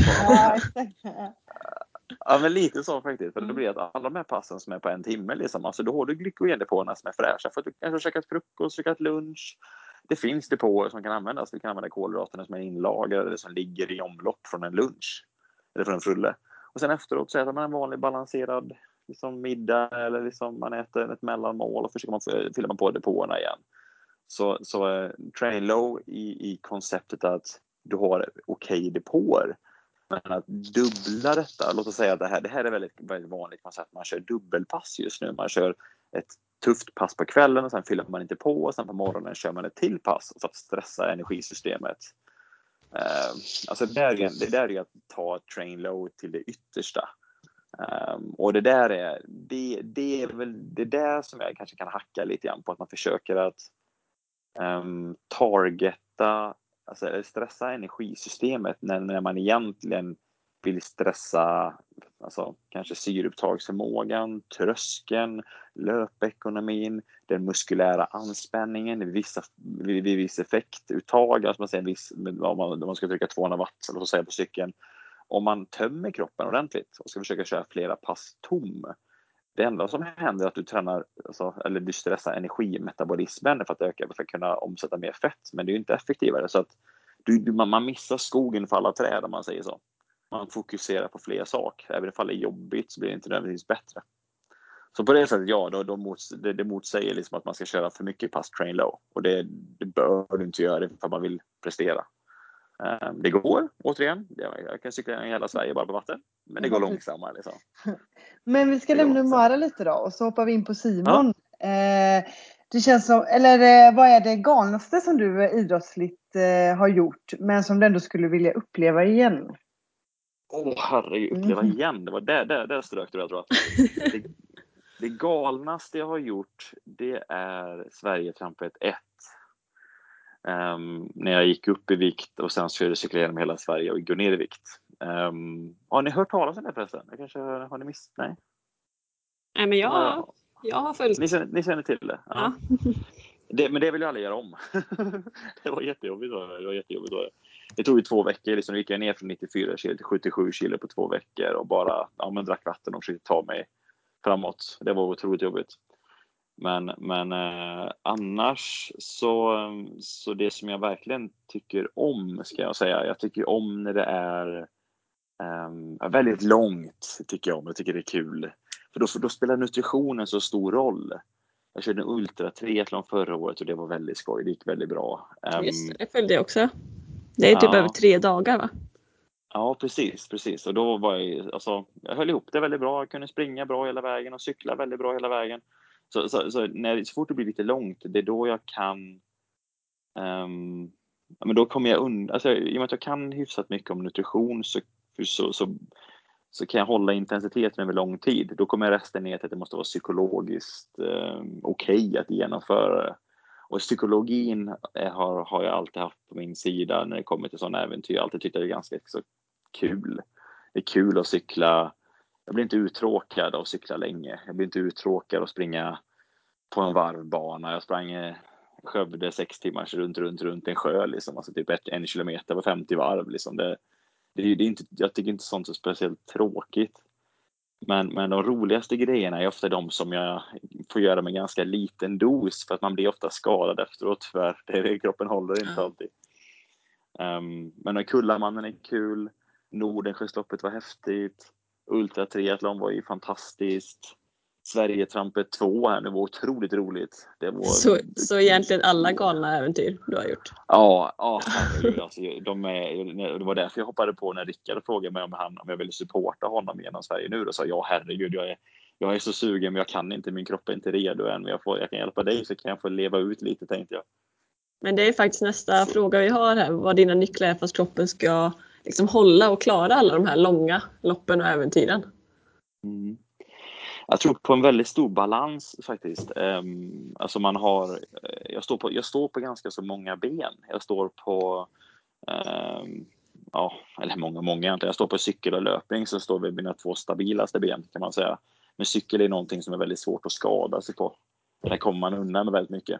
Ja, men lite så faktiskt. För det blir att alla de här passen som är på en timme, liksom, alltså då har du glykogendepåerna som är fräscha för att du kanske har käkat frukost, käkat lunch. Det finns depåer som kan användas. Du kan använda kolhydraterna som är inlagrade eller som ligger i omlopp från en lunch eller från en frulle. Och sen efteråt så äter man en vanlig balanserad liksom middag eller liksom man äter ett mellanmål och försöker fylla på depåerna igen. Så train low i konceptet att du har okej depåer. Men att dubbla detta, låt oss säga att det här är väldigt, väldigt vanligt koncept. Man kör dubbelpass just nu. Man kör ett tufft pass på kvällen och sen fyller man inte på och sen på morgonen kör man ett till pass för att stressa energisystemet. Alltså det där är att ta train low till det yttersta. Och det där är väl det där som jag kanske kan hacka lite grann på, att man försöker att targeta, alltså stressa energisystemet när man egentligen vill stressa alltså kanske syreupptagsförmågan, tröskeln, löpekonomin, den muskulära anspänningen, viss effektuttag, alltså man säger om man ska trycka 200 watt eller så säga på cykeln. Om man tömmer kroppen ordentligt och ska försöka köra flera pass tom, det enda som händer är att du tränar eller du stressar energimetabolismen för att kunna omsätta mer fett, men det är ju inte effektivare, så att man missar skogen för alla träd om man säger så. Man fokuserar på fler saker, även om det är jobbigt så blir det inte nödvändigtvis bättre. Så på det sättet, det motsäger liksom att man ska köra för mycket pass train low, och det bör du inte göra för att man vill prestera. Det går, återigen, jag kan cykla i hela Sverige bara på vatten, men det går långsammare liksom. Men vi ska lämna Omara lite då och så hoppar vi in på Simon. Ja. Det känns som, eller vad är det galnaste som du idrottsligt har gjort men som du ändå skulle vilja uppleva igen? Herregud, uppleva igen. Det var där strök du, jag tror att det galnaste jag har gjort, det är Sverigetrampet 1. När jag gick upp i vikt och sen körde cykla genom hela Sverige och gå ner i vikt. Har ni hört talas om det förresten? Har ni missat? Nej. Nej, men jag har följt. Ni känner till det? Ja. Men det vill jag aldrig göra om. Det var jättejobbigt. Det tog ju 2 veckor. Liksom, gick jag ner från 94 kilo till 77 kilo på 2 veckor och bara drack vatten och försökte ta mig framåt. Det var otroligt jobbigt. Men annars så det som jag verkligen tycker om, ska jag säga. Jag tycker om när det är väldigt långt, tycker jag om. Jag tycker det är kul. För då spelar nutritionen så stor roll. Jag körde en ultra triathlon förra året och det var väldigt skoj. Det gick väldigt bra. Just det följde jag också. Det är typ över 3 dagar, va? Ja, precis. Och då var jag höll ihop det väldigt bra. Jag kunde springa bra hela vägen och cykla väldigt bra hela vägen. Så fort det blir lite långt, det är då jag kan men då kommer jag undan, i och med att jag kan hyfsat mycket om nutrition så kan jag hålla intensiteten över lång tid. Då kommer resten ner till att det måste vara psykologiskt okej att genomföra det. Och psykologin har jag alltid haft på min sida när det kommer till sådana äventyr. Jag har alltid tyckt att det är ganska så kul. Det är kul att cykla. Jag blir inte uttråkad av att cykla länge. Jag blir inte uttråkad av att springa på en varvbana. Jag sprang Skövde 6 timmar runt en sjö liksom. Alltså typ 1 kilometer var 50 varv liksom. Det är inte, jag tycker inte sånt är speciellt tråkigt. Men de roligaste grejerna är ofta de som jag får göra med ganska liten dos, för att man blir ofta skadad efteråt, för det kroppen håller inte alltid. Men Kullamannen är kul. Nordensjöloppet var häftigt. Ultra triathlon var ju fantastiskt. Sverigetrampet 2 här nu var otroligt roligt. Det var... så egentligen alla galna äventyr du har gjort? Ja, herregud. Alltså, det var därför jag hoppade på när Rickard frågade mig om jag ville supporta honom genom Sverige nu. Då sa jag, herregud, jag är så sugen, men jag kan inte, min kropp är inte redo än. Men jag kan hjälpa dig, så kan jag få leva ut lite, tänkte jag. Men det är faktiskt nästa fråga vi har här. Vad dina nycklar är för att kroppen ska liksom hålla och klara alla de här långa loppen och äventyren. Jag tror på en väldigt stor balans faktiskt. Alltså jag står på ganska så många ben. Jag står på eller många egentligen. Jag står på cykel och löpning, så står vi mina 2 stabilaste ben, kan man säga. Men cykel är någonting som är väldigt svårt att skada sig på. Där kommer man undan med väldigt mycket.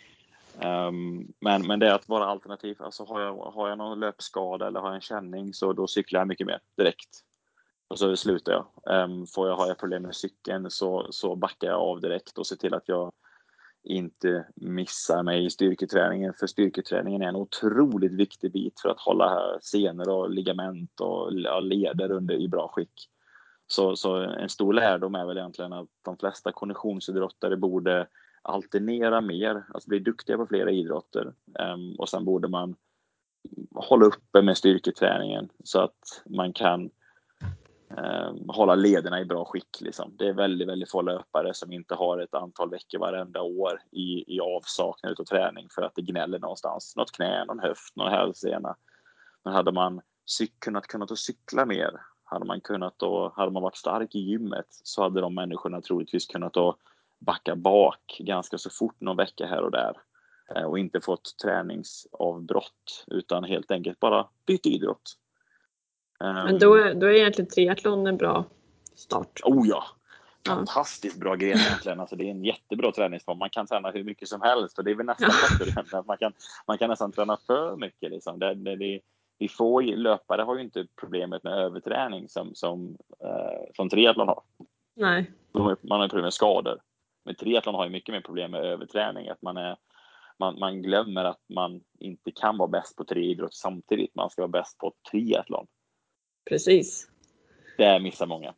Men det är att vara alternativ. Alltså har jag någon löpskada eller har jag en känning, så då cyklar jag mycket mer direkt. Och så slutar jag. Har jag problem med cykeln, så backar jag av direkt och ser till att jag inte missar mig i styrketräningen. För styrketräningen är en otroligt viktig bit för att hålla senor och ligament och leder i bra skick. Så en stor lärdom är väl egentligen att de flesta konditionsidrottare borde alternera mer, alltså bli duktiga på flera idrotter. Och sen borde man hålla uppe med styrketräningen så att man kan hålla lederna i bra skick liksom. Det är väldigt, väldigt få löpare som inte har ett antal veckor varenda år i avsaknad av träning för att det gnäller någonstans. Något knä, någon höft, någon hälsena. Men hade man kunnat cykla mer, hade man varit stark i gymmet, så hade de människorna troligtvis kunnat backa bak ganska så fort någon vecka här och där. Och inte fått träningsavbrott, utan helt enkelt bara bytt idrott. Men då är egentligen triathlon en bra start. Oh ja, fantastiskt bra gren egentligen. Alltså det är en jättebra träningsform. Man kan träna hur mycket som helst, och det är väl nästa faktor egentligen. Man kan nästan träna för mycket liksom. Vi få löpare har ju inte problemet med överträning som triathlon har. Nej. Man har problem med skador. Men triathlon har ju mycket mer problem med överträning. Att man glömmer att man inte kan vara bäst på 3 idrotter samtidigt. Man ska vara bäst på triathlon. Precis. Det missar många.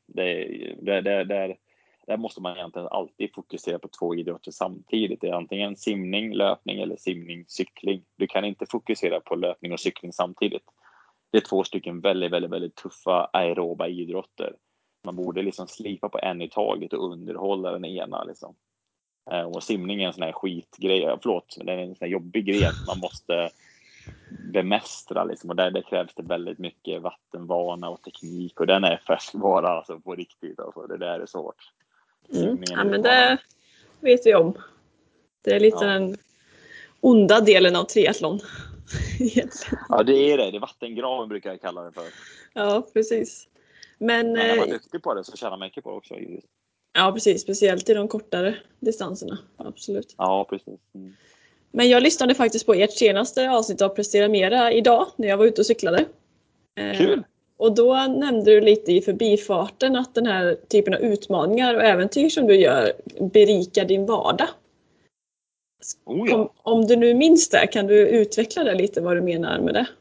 Där måste man egentligen alltid fokusera på 2 idrotter samtidigt. Det är antingen simning, löpning eller simning, cykling. Du kan inte fokusera på löpning och cykling samtidigt. Det är 2 stycken väldigt, väldigt, väldigt tuffa aeroba idrotter. Man borde liksom slipa på en i taget och underhålla den ena liksom. Och simning är en sån här skitgrej. Förlåt, men det är en sån här jobbig grej man måste bemästra liksom. Och där krävs det väldigt mycket vattenvana och teknik, och den är färskvara alltså, på riktigt alltså. Det där är svårt. Ja, men det vet vi om. Det är lite den onda delen av triathlon. Ja, det är det. Det är vattengraven brukar jag kalla det för. Ja, precis. Men när man är duktig på det så tjänar man mycket på det också. Ja, precis. Speciellt i de kortare distanserna. Absolut. Ja, precis. Men jag lyssnade faktiskt på ert senaste avsnitt av Prestera Mera idag när jag var ute och cyklade. Kul! Och då nämnde du lite i förbifarten att den här typen av utmaningar och äventyr som du gör berikar din vardag. Oh ja. Om du nu minns det, kan du utveckla det lite, vad du menar med det?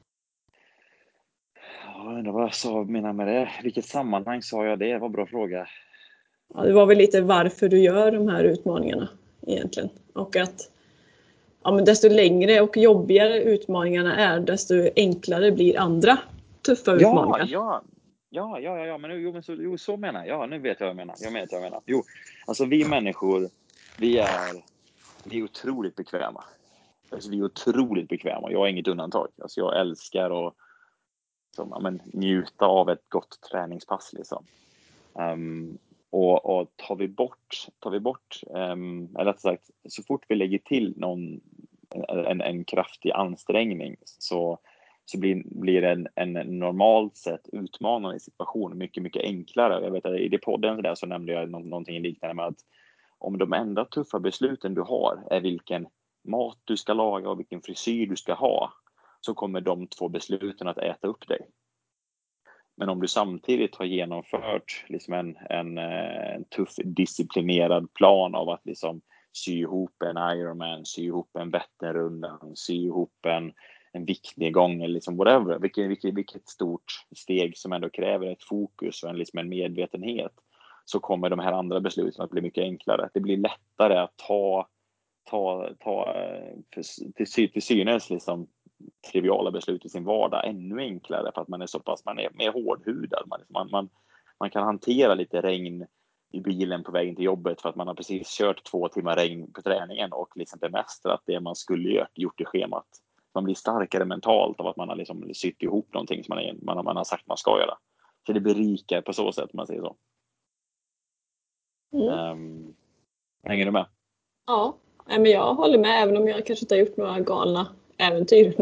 Ja, vad jag menar med det. Vilket sammanhang sa jag det? Det var en bra fråga. Ja, det var väl lite varför du gör de här utmaningarna egentligen. Och att men desto längre och jobbigare utmaningarna är, desto enklare blir andra tuffa utmaningar. Ja, men så menar jag. Ja, nu vet jag vad jag menar. Jo, alltså vi människor, vi är otroligt bekväma. Alltså, vi är otroligt bekväma. Jag är inget undantag. Alltså, jag älskar att njuta av ett gott träningspass liksom. Och tar vi bort eller rätt sagt, så fort vi lägger till en kraftig ansträngning så så blir en normalt sett utmanande situation mycket, mycket enklare. Jag vet att i det podden där så nämnde jag någonting liknande med att om de enda tuffa besluten du har är vilken mat du ska laga och vilken frisyr du ska ha, så kommer de 2 besluten att äta upp dig. Men om du samtidigt har genomfört liksom en tuff disciplinerad plan av att liksom sy ihop en Ironman, sy ihop en Vätternrundan, sy ihop en viktnedgång eller liksom whatever, vilket stort steg som ändå kräver ett fokus och en medvetenhet, så kommer de här andra besluten att bli mycket enklare. Det blir lättare att ta till synes liksom triviala beslut i sin vardag ännu enklare, för att man är mer hårdhudad. Man kan hantera lite regn i bilen på vägen till jobbet för att man har precis kört 2 timmar regn på träningen och liksom bemästrat det man skulle gjort i schemat. Man blir starkare mentalt av att man har liksom sytt ihop någonting som man har sagt man ska göra. Så det berikar på så sätt, man säger så. Hänger du med? Ja, men jag håller med, även om jag kanske inte har gjort några galna äventyr.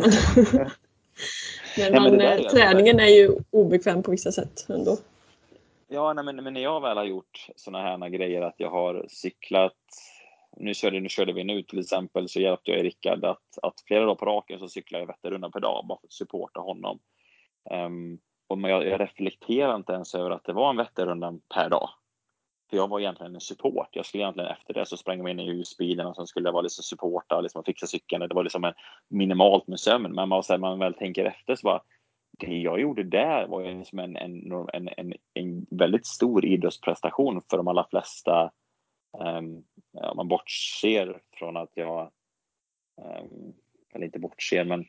Men träningen är ju obekväm på vissa sätt ändå. Ja, men när jag väl har gjort såna här grejer, att jag har cyklat, nu körde vi nu till exempel, så hjälpte jag Rickard att flera dagar på raken så cyklar jag Vätternrundan per dag bara för att supporta honom. Och jag reflekterar inte ens över att det var en Vätternrundan per dag. För jag var egentligen en support. Jag skulle egentligen efter det så spränga in i husbilen och sen skulle jag vara liksom supporta och liksom fixa cykeln. Det var liksom minimalt med sömn. Men man väl tänker efter så bara, det jag gjorde där var ju liksom en väldigt stor idrottsprestation för de allra flesta. Man bortser från att jag eller inte bortser, men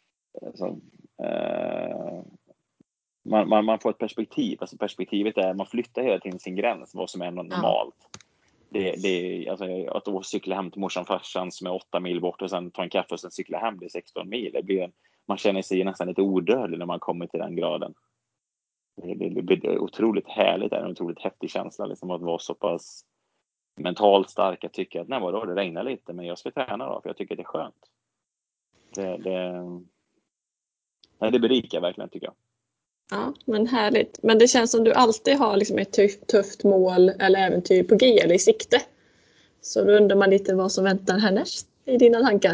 man får ett perspektiv. Alltså perspektivet är, man flyttar hela tiden sin gräns, vad som är normalt. Det är alltså att cykla hem till morsan och farsan som är 8 mil bort och sen ta en kaffe och sen cykla hem, det är 16 mil. Man känner sig nästan lite odödlig när man kommer till den graden. Det blir otroligt härligt, det är en otroligt häftig känsla liksom, att vara så pass mentalt stark. Jag tycker att det regnar lite, men jag ska träna då, för jag tycker att det är skönt. Det berikar verkligen, tycker jag. Ja, men härligt. Men det känns som du alltid har liksom ett tufft mål eller äventyr på G eller i sikte. Så då undrar man lite vad som väntar härnäst i dina tankar.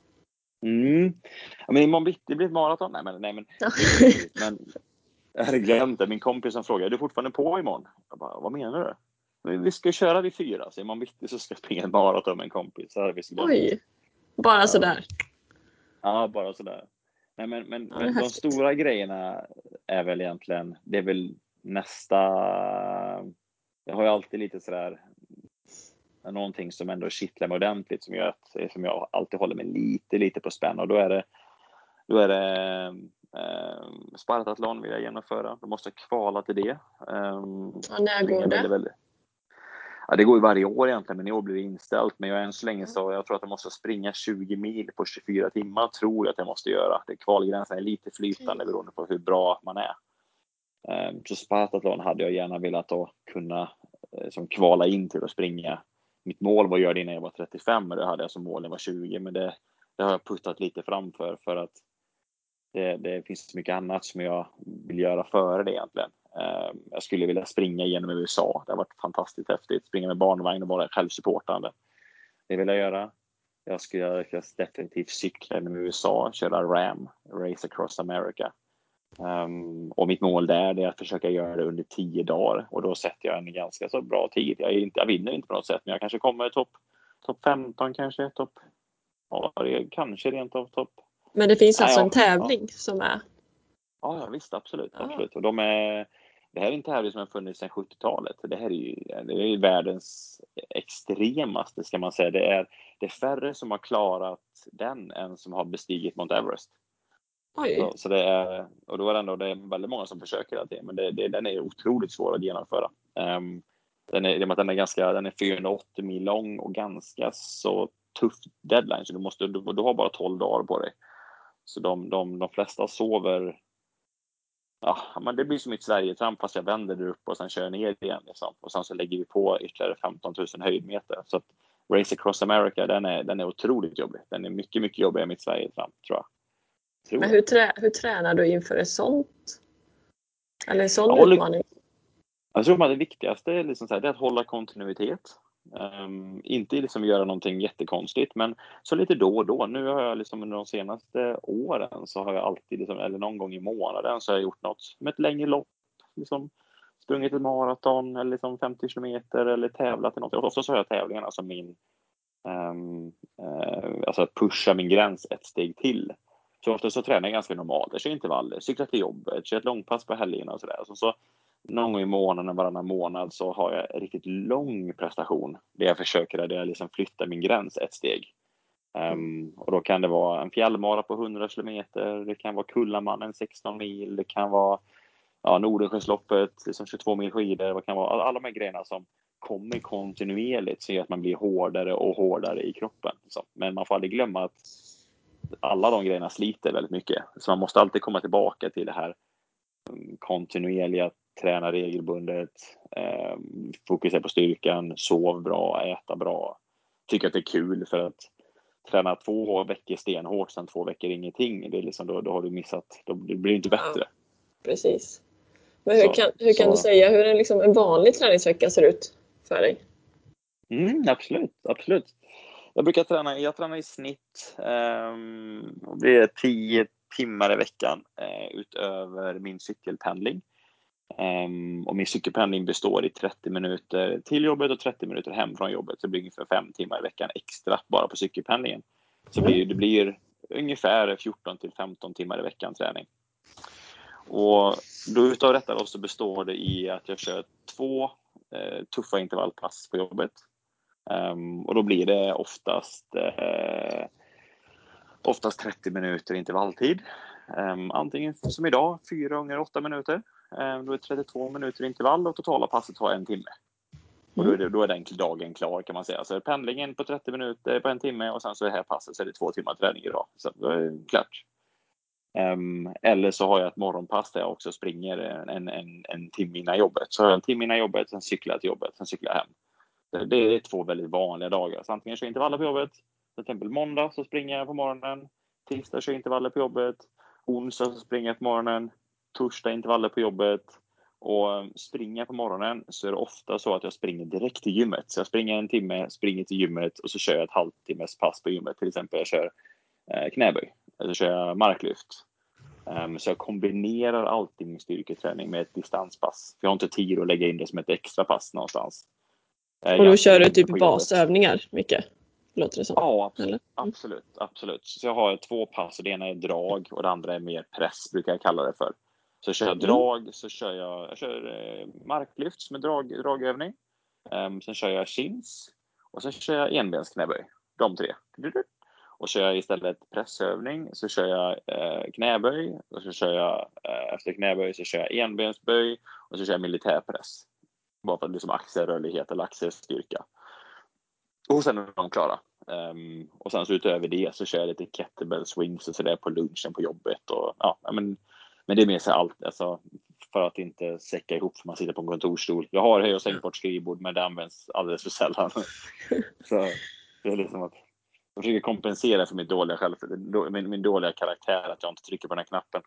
Ja, men imorgon bitti blir ett maraton. Nej, men jag hade glömt det. Min kompis som frågade, är du fortfarande på imorgon? Jag bara, vad menar du? Vi ska köra vid 4, så imorgon bitti så ska jag springa en maraton med en kompis. Så oj, bara sådär. Ja, bara sådär. Nej, men de stora grejerna är väl egentligen, det är väl nästa, jag har ju alltid lite sådär någonting som ändå kittlar mig ordentligt, som jag alltid håller mig lite på spänn, och då är det Spartathlon vill jag genomföra. Då måste jag kvala till det. När går det? Ja, det går ju varje år egentligen, men i år blir det inställt. Men jag är än så länge så jag tror att jag måste springa 20 mil på 24 timmar, tror jag att jag måste göra. Kvalgränsen är lite flytande beroende på hur bra man är. Så Spartathlon hade jag gärna velat då kunna som kvala in till att springa. Mitt mål var att göra det innan jag var 35, men det hade jag som mål när jag var 20. Men det har jag puttat lite framför, för att det finns så mycket annat som jag vill göra före det egentligen. Jag skulle vilja springa genom USA. Det har varit fantastiskt häftigt. Springa med barnvagn och vara självsupportande. Det vill jag göra. Jag ska definitivt cykla genom USA. Köra RAM, Race Across America. Och mitt mål där är att försöka göra det under 10 dagar. Och då sätter jag en ganska så bra tid. Jag vinner inte på något sätt, men jag kanske kommer topp 15 kanske. Kanske rent av topp. Men det finns alltså en tävling som är... Ja, visst, absolut. Och det här är en tävling som har funnits sedan 70-talet. Det är ju världens extremaste, ska man säga. Det är färre som har klarat den än som har bestigit Mount Everest. Oj. Så det är, och då är det är väldigt många som försöker det, men den är otroligt svår att genomföra. Den är 480 mil lång och ganska så tuff deadline, så du har bara 12 dagar på dig. Så de flesta sover. Ja, men det blir som ett Sverige-tramp, fast jag vänder det upp och sen kör ner igen liksom. Och sen så lägger vi på ytterligare 15 000 höjdmeter. Så att Race Across America, den är otroligt jobbig. Den är mycket, mycket jobbigare än mitt Sverige-tramp, tror jag. Men hur tränar du inför ett sånt? Eller en sån utmaning? Jag tror att det viktigaste är, liksom så här, det är att hålla kontinuitet. Inte liksom göra någonting jättekonstigt, men så lite då och då. Nu har jag liksom under de senaste åren så har jag alltid, liksom, eller någon gång i månaden, så har jag gjort något med ett längre lopp. Liksom sprungit ett maraton eller liksom 50 kilometer eller tävlat i något. Och ofta så har jag tävlingarna som min alltså att pusha min gräns ett steg till. Så ofta så tränar jag ganska normalt. Jag kör intervaller, cyklar till jobbet, kör ett långpass på helgerna och sådär. Så någon gång i månaden, varannan månad, så har jag en riktigt lång prestation där jag försöker där jag liksom flyttar min gräns ett steg. Och då kan det vara en fjällmara på 100 kilometer, det kan vara Kullamannen 16 mil, det kan vara Nordensjösloppet, liksom 22 mil skidor, vad kan vara alla de här grejerna som kommer kontinuerligt, så gör att man blir hårdare och hårdare i kroppen. Men man får aldrig glömma att alla de grejerna sliter väldigt mycket. Så man måste alltid komma tillbaka till det här kontinuerliga, träna regelbundet, fokusera på styrkan, sov bra, äta bra, tycka att det är kul. För att träna 2 veckor stenhårt, sen 2 veckor ingenting, det är liksom, då har du missat, då blir det inte bättre. Ja, precis. Men hur kan du säga hur en vanlig träningsvecka ser ut för dig? Absolut. Jag tränar i snitt det är 10 timmar i veckan utöver min cykelpendling. Och min cykelpendling består i 30 minuter till jobbet och 30 minuter hem från jobbet. Så det blir ungefär 5 timmar i veckan extra bara på cykelpendlingen. Så det blir ungefär 14 till 15 timmar i veckan träning. Och då utav detta då så består det i att jag kör 2 tuffa intervallpass på jobbet. Och då blir det oftast 30 minuter intervalltid. Antingen som idag 4 gånger 8 minuter. Då är 32 minuter intervall och totala passet tar 1 timme. Och då är den dagen klar, kan man säga. Så pendlingen på 30 minuter på 1 timme, och sen så är det här passet så är det 2 timmar träning idag. Så då är det klart. Eller så har jag ett morgonpass där jag också springer en timme innan jobbet. Så har jag en timme innan jobbet, sen cyklar jag till jobbet, sen cyklar jag hem. Det är 2 väldigt vanliga dagar. Så antingen kör jag intervaller på jobbet, till exempel måndag så springer jag på morgonen, tisdag kör jag intervaller på jobbet, onsdag så springer jag på morgonen, torsdag intervaller på jobbet. Och springer jag på morgonen så är det ofta så att jag springer direkt till gymmet. Så jag springer en timme, springer till gymmet och så kör jag ett halvtimmes pass på gymmet. Till exempel jag kör knäböj, eller kör jag marklyft. Så jag kombinerar alltid min styrketräning med ett distanspass. För jag har inte tid att lägga in det som ett extra pass någonstans. Och då kör du typ basövningar mycket, låter det som? Ja, absolut. Så jag har 2 pass, och det ena är drag och det andra är mer press, brukar jag kalla det för. Så kör jag drag, så kör jag marklyft som är dragövning. Sen kör jag chins och sen kör jag enbensknäböj. De 3. Och kör jag istället pressövning så kör jag knäböj, och så kör jag efter knäböj så kör jag enbensböj, och så kör jag militärpress. Bara för att liksom axelrörlighet eller axelstyrka. Och sen är de klara. Och sen så utöver det så kör jag lite kettlebell swings och så där på lunchen på jobbet. Och, men det är mer så allt, alltså, för att inte säcka ihop för man sitter på en kontorsstol. Jag har höj- och sänkbart skrivbord, men det används alldeles för sällan. Så det är liksom att jag försöker kompensera för mitt dåliga min dåliga karaktär, att jag inte trycker på den här knappen.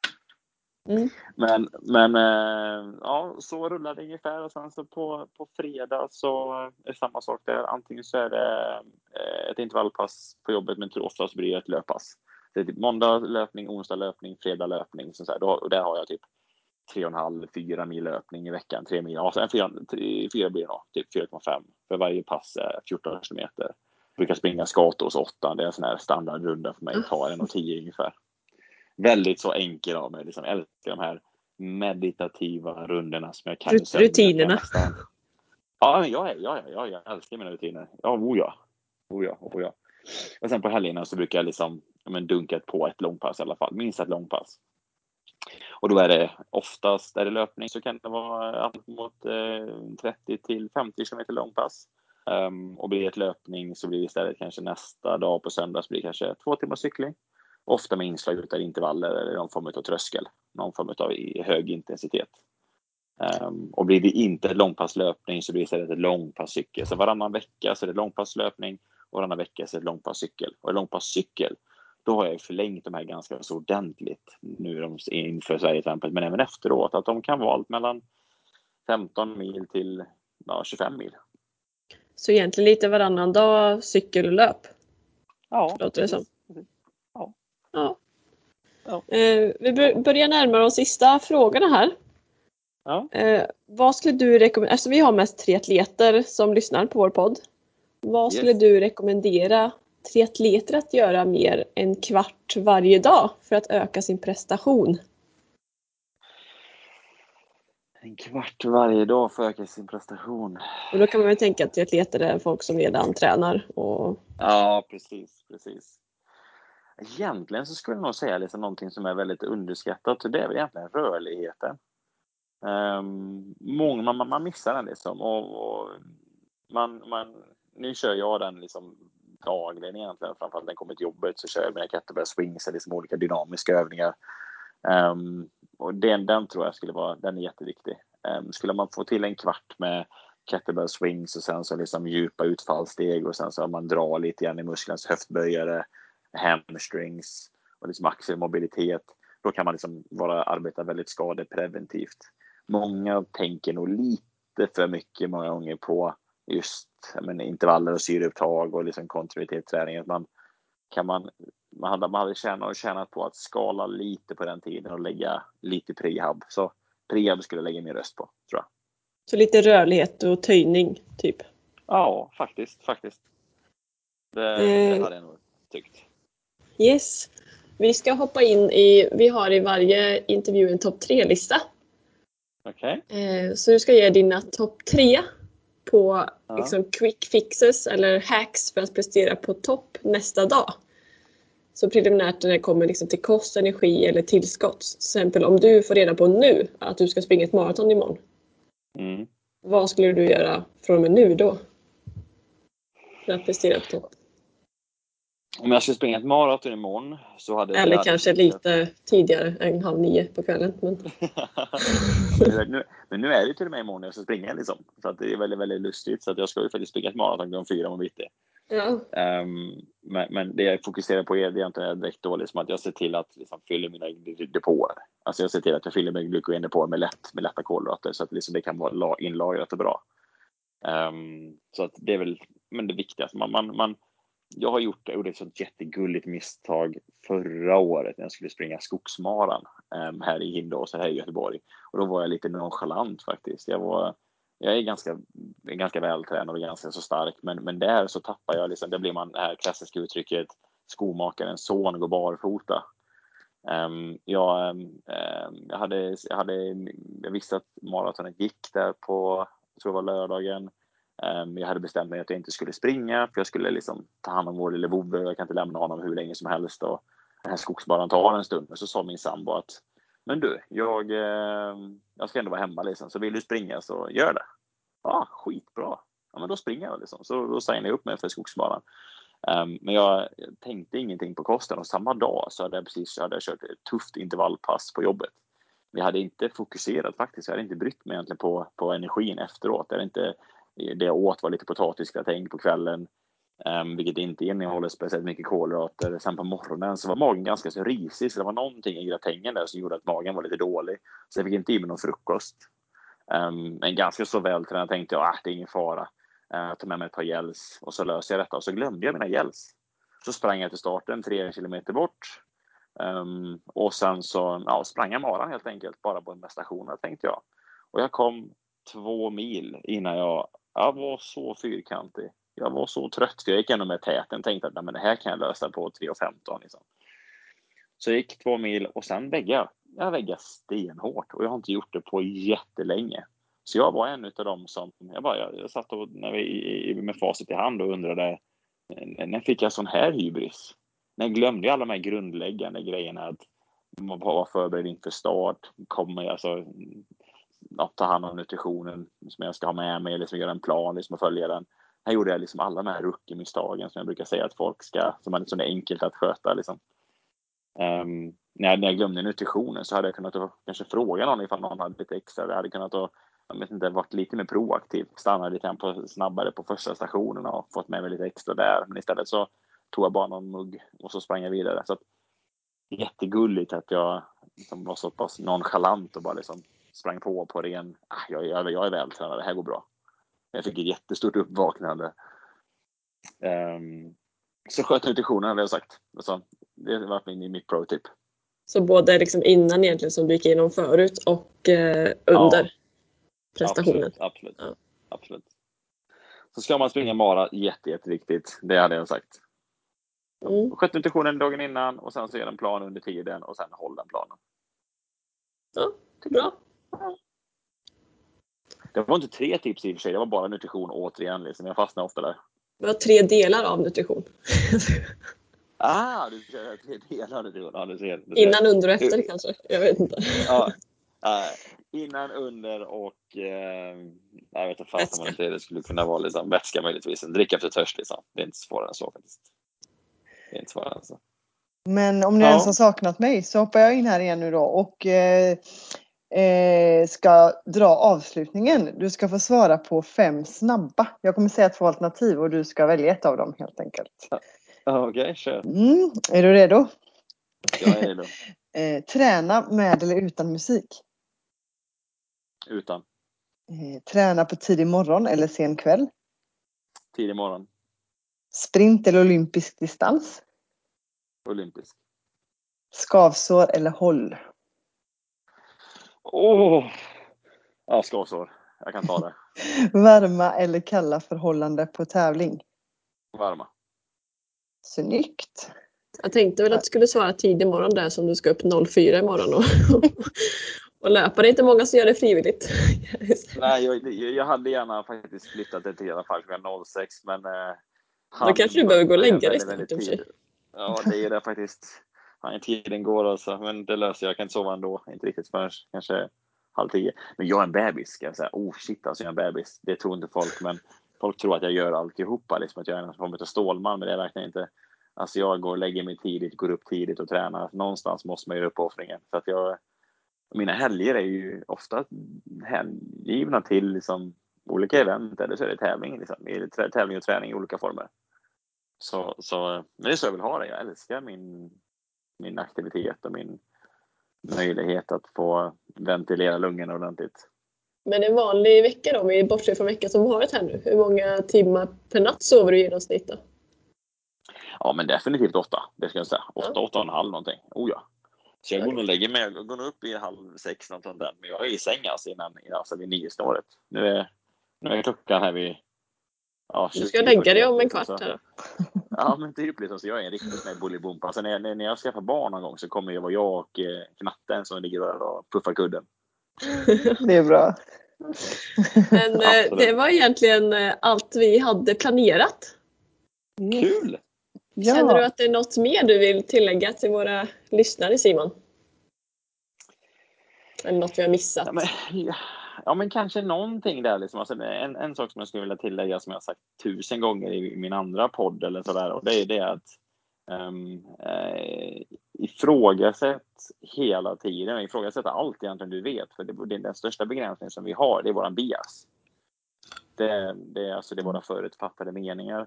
Men så rullar det ungefär. Och sen så på fredag så är det samma sak där. Antingen så är det ett intervallpass på jobbet, men oftast blir det ett löppass. Det är typ måndag löpning, onsdag löpning, fredag löpning. Så och där har jag typ 3,5-4 mil löpning i veckan. 3 mil, sen 4 blir det då, typ 4,5. För varje pass är 14 kilometer. Jag brukar springa Skatås 8. Det är en sån här standardrunda för mig. Det tar 1,10 ungefär. Väldigt så enkel av mig. Liksom älskar de här meditativa rundorna som jag kan. Rutinerna. Ja, jag älskar mina rutiner. Ja. Och sen på helgerna så brukar jag liksom dunka på ett långpass i alla fall. Minst ett långpass. Och då är det oftast, är det löpning så kan det vara mot 30 till 50 km långpass. Och blir det ett löpning så blir det istället kanske nästa dag på söndag så blir det kanske 2 timmar cykling. Ofta med inslag utav intervaller eller någon form av tröskel. Någon form av hög intensitet. Och blir det inte ett långpasslöpning så blir det istället ett långpasscykel. Så varannan vecka så är det långpasslöpning och varannan vecka så är det långpasscykel. Och långpasscykel, då har jag förlängt de här ganska så ordentligt nu inför Sverige-trampet, men även efteråt, att de kan vara allt mellan 15 mil till 25 mil. Så egentligen lite varannan dag cykel och löp? Ja, låter det som. Ja. Ja. Vi börjar närma oss sista frågorna här. Ja. Vad skulle du rekommendera, alltså vi har mest triatleter som lyssnar på vår podd. Vad skulle du rekommendera triatleter att göra mer än kvart varje dag för att öka sin prestation? En kvart varje dag för att öka sin prestation. Och då kan man väl tänka att triatleter är folk som redan tränar. Ja, precis. Egentligen så skulle jag nog säga liksom någonting som är väldigt underskattat, och det är väl egentligen rörligheten. Man missar den liksom, och nu kör jag den liksom dagligen egentligen, framförallt när jag kommer till jobbet så kör jag mina kettlebell swings eller liksom olika dynamiska övningar. Och den tror jag den är jätteviktig. Skulle man få till en kvart med kettlebell swings och sen så liksom djupa utfallssteg och sen så man drar lite grann i muskelns höftböjare, hamstrings och liksom axelmobilitet, då kan man liksom arbeta väldigt skadepreventivt. Många tänker nog lite för mycket många gånger på just intervaller och syreupptag och liksom kontinuitetsträning. Att man hade tjänat på att skala lite på den tiden och lägga lite prehab. Så prehab skulle jag lägga mer röst på, tror jag. Så lite rörlighet och töjning, typ? Ja, faktiskt. Det hade jag nog tyckt. Yes. Vi ska hoppa in vi har i varje intervju en topp 3-lista. Okej. Så du ska ge dina topp 3 på liksom quick fixes eller hacks för att prestera på topp nästa dag. Så preliminärt när det kommer liksom till kost, energi eller tillskott. Till exempel om du får reda på nu att du ska springa ett maraton imorgon. Vad skulle du göra från och med nu då? För att prestera på topp. Om jag skulle springa ett maraton imorgon så hade eller kanske lite tidigare än 8:30 på kvällen. Men men nu är det till och med imorgon jag ska springa liksom. Så att det är väldigt, väldigt lustigt. Så att jag ska ju faktiskt springa ett maraton om 4 om bitti. Ja. Men det jag fokuserar på är egentligen direkt då liksom att jag ser till att liksom fylla mina depåer. Alltså jag ser till att jag fyller mina glykogendepåer med lätta kolhydrater så att liksom det kan vara inlagrat och bra. Så att det är väl det viktigaste. Jag gjorde ett sånt jättegulligt misstag förra året när jag skulle springa skogsmaran här i Hindås här i Göteborg. Och då var jag lite nonchalant faktiskt. Jag är ganska vältränad och ganska så stark, men där så tappar jag liksom, det blir man det här klassiska uttrycket skomakarens son går barfota. Jag visste att maratonet gick där på, jag tror det var lördagen. Jag hade bestämt mig att jag inte skulle springa för jag skulle liksom ta hand om vår lilla vovve. Jag kan inte lämna honom hur länge som helst och den här skogsbaran tar en stund. Och så sa min sambo att men du, jag ska ändå vara hemma liksom, så vill du springa så gör det. Ja, skitbra. Ja, men då springer jag liksom. Så då signade jag upp mig för skogsbaran. Men jag tänkte ingenting på kosten och samma dag så hade jag kört ett tufft intervallpass på jobbet. Jag hade inte fokuserat faktiskt. Jag hade inte brytt mig egentligen på energin efteråt. Det jag åt var lite potatisgratäng på kvällen, vilket inte innehåller speciellt mycket kolhydrater. Sen på morgonen så var magen ganska så risig, så det var någonting i gratängen där som gjorde att magen var lite dålig. Så jag fick inte i mig någon frukost. Men ganska så vältränad tänkte jag, det är ingen fara. Jag tar med mig ett par gels och så löser jag detta. Och så glömde jag mina gels. Så sprang jag till starten 3 kilometer bort. Och sen så sprang jag maran helt enkelt, bara på en station tänkte jag. Och jag kom 2 mil innan jag var så fyrkantig. Jag var så trött för jag gick ändå med täten. Tänkte att det här kan jag lösa på 3:15 liksom. Så jag gick 2 mil och sen väggade jag stenhårt. Och jag har inte gjort det på jättelänge. Så jag var en av dem som jag satt med facit i hand och undrade när fick jag sån här hybris? När jag glömde alla de här grundläggande grejerna att man var förberedd inför start. Kommer jag att ta hand om nutritionen som jag ska ha med mig eller som göra en plan liksom och följa den. Här gjorde jag liksom alla de här rookie-misstagen som jag brukar säga att folk ska, som är enkelt att sköta liksom. När jag glömde nutritionen så hade jag kunnat kanske fråga någon ifall någon hade lite extra. Jag hade kunnat varit lite mer proaktiv, stanna lite snabbare på första stationen och fått med mig lite extra där. Men istället så tog jag bara någon mugg och så sprang jag vidare. Så att, jättegulligt att jag liksom var så pass nonchalant och bara liksom sprang på ren, jag är vältränad, det här går bra. Jag fick ett jättestort uppvaknande. Så sköt nutritionen hade jag sagt. Alltså, det var mitt pro-tip. Så både liksom innan egentligen som du gick igenom förut och under prestationen? Absolut. Så ska man springa mara, jätteviktigt. Det hade jag sagt. Sköt nutritionen dagen innan och sen så är det en plan under tiden och sen håll den planen. Ja, bra. Det var inte 3 tips i och för sig, det var bara nutrition återigen. Liksom. Jag fastnar ofta där. Det var 3 delar av nutrition. Du kör 3 delar av nutrition. Ja, du ser. Innan, under och efter kanske. Jag vet inte. Innan, under och jag vet inte fast om man inte det skulle kunna vara liksom vätska möjligtvis. Dricka efter törst liksom. Det är inte svårare än så faktiskt. Det är inte svårare än så. Men om ni ens har saknat mig så hoppar jag in här igen nu då och ska dra avslutningen. Du ska få svara på 5 snabba. Jag kommer säga 2 alternativ och du ska välja ett av dem helt enkelt. Okej, kör. Är du redo? Jag är redo. Träna med eller utan musik? Utan. Träna på tidig morgon eller sen kväll? Tidig morgon. Sprint eller olympisk distans? Olympisk. Skavsår eller håll? Skavsår. Jag kan ta det. Varma eller kalla förhållande på tävling? Varma. Snyggt. Jag tänkte väl att du skulle svara tidig morgon där som du ska upp 04 imorgon och löpa. Det är inte många som gör det frivilligt. Nej, jag hade gärna faktiskt flyttat det till i alla fall 06, men då kanske du behöver gå och lägga dig väldigt tid. Ja, det är det faktiskt. Tiden går alltså, men det löser jag. Jag kan inte sova ändå, inte riktigt förrän kanske 9:30. Men jag är en bebis, ska jag säga. Alltså jag är en bebis. Det tror inte folk, men folk tror att jag gör alltihopa, liksom att jag är en form av stålman, men det är verkligen inte. Alltså jag går och lägger mig tidigt, går upp tidigt och tränar. Någonstans måste man göra uppoffringen. Så att mina helger är ju ofta hängivna till liksom olika event, eller så är det tävling, liksom. Tävling och träning i olika former. Så men det är så jag vill ha det. Jag älskar min aktivitet och min möjlighet att få ventilera lungorna ordentligt. Men en vanlig vecka då, om vi bortser från veckan som varit här nu, hur många timmar per natt sover du i genomsnitt då? Ja, men definitivt 8, det ska jag säga. 8,5 någonting. Ja. Så jag går och lägger mig, jag går upp i 5:30 något sånt där. Men jag är i säng alltså vid 9-snåret. Nu är klockan här vid... Ja, du ska lägga dig om en kvart här då. Ja, men typ liksom, så jag är en riktigt med bullybumpa. Sen när jag skaffar barn någon gång så kommer det vara jag och knatten som ligger där och puffar kudden. Det är bra. Men det var egentligen allt vi hade planerat. Kul! Ja. Känner du att det är något mer du vill tillägga till våra lyssnare, Simon? Eller något vi har missat? Ja, men kanske någonting där. Liksom. Alltså, en sak som jag skulle vilja tillägga som jag har sagt 1000 gånger i min andra podd eller sådär. Och det är det att ifrågasätt hela tiden. Ifrågasätt allt egentligen du vet. För det är den största begränsningen som vi har. Det är våran bias. Det är våra förutfattade meningar.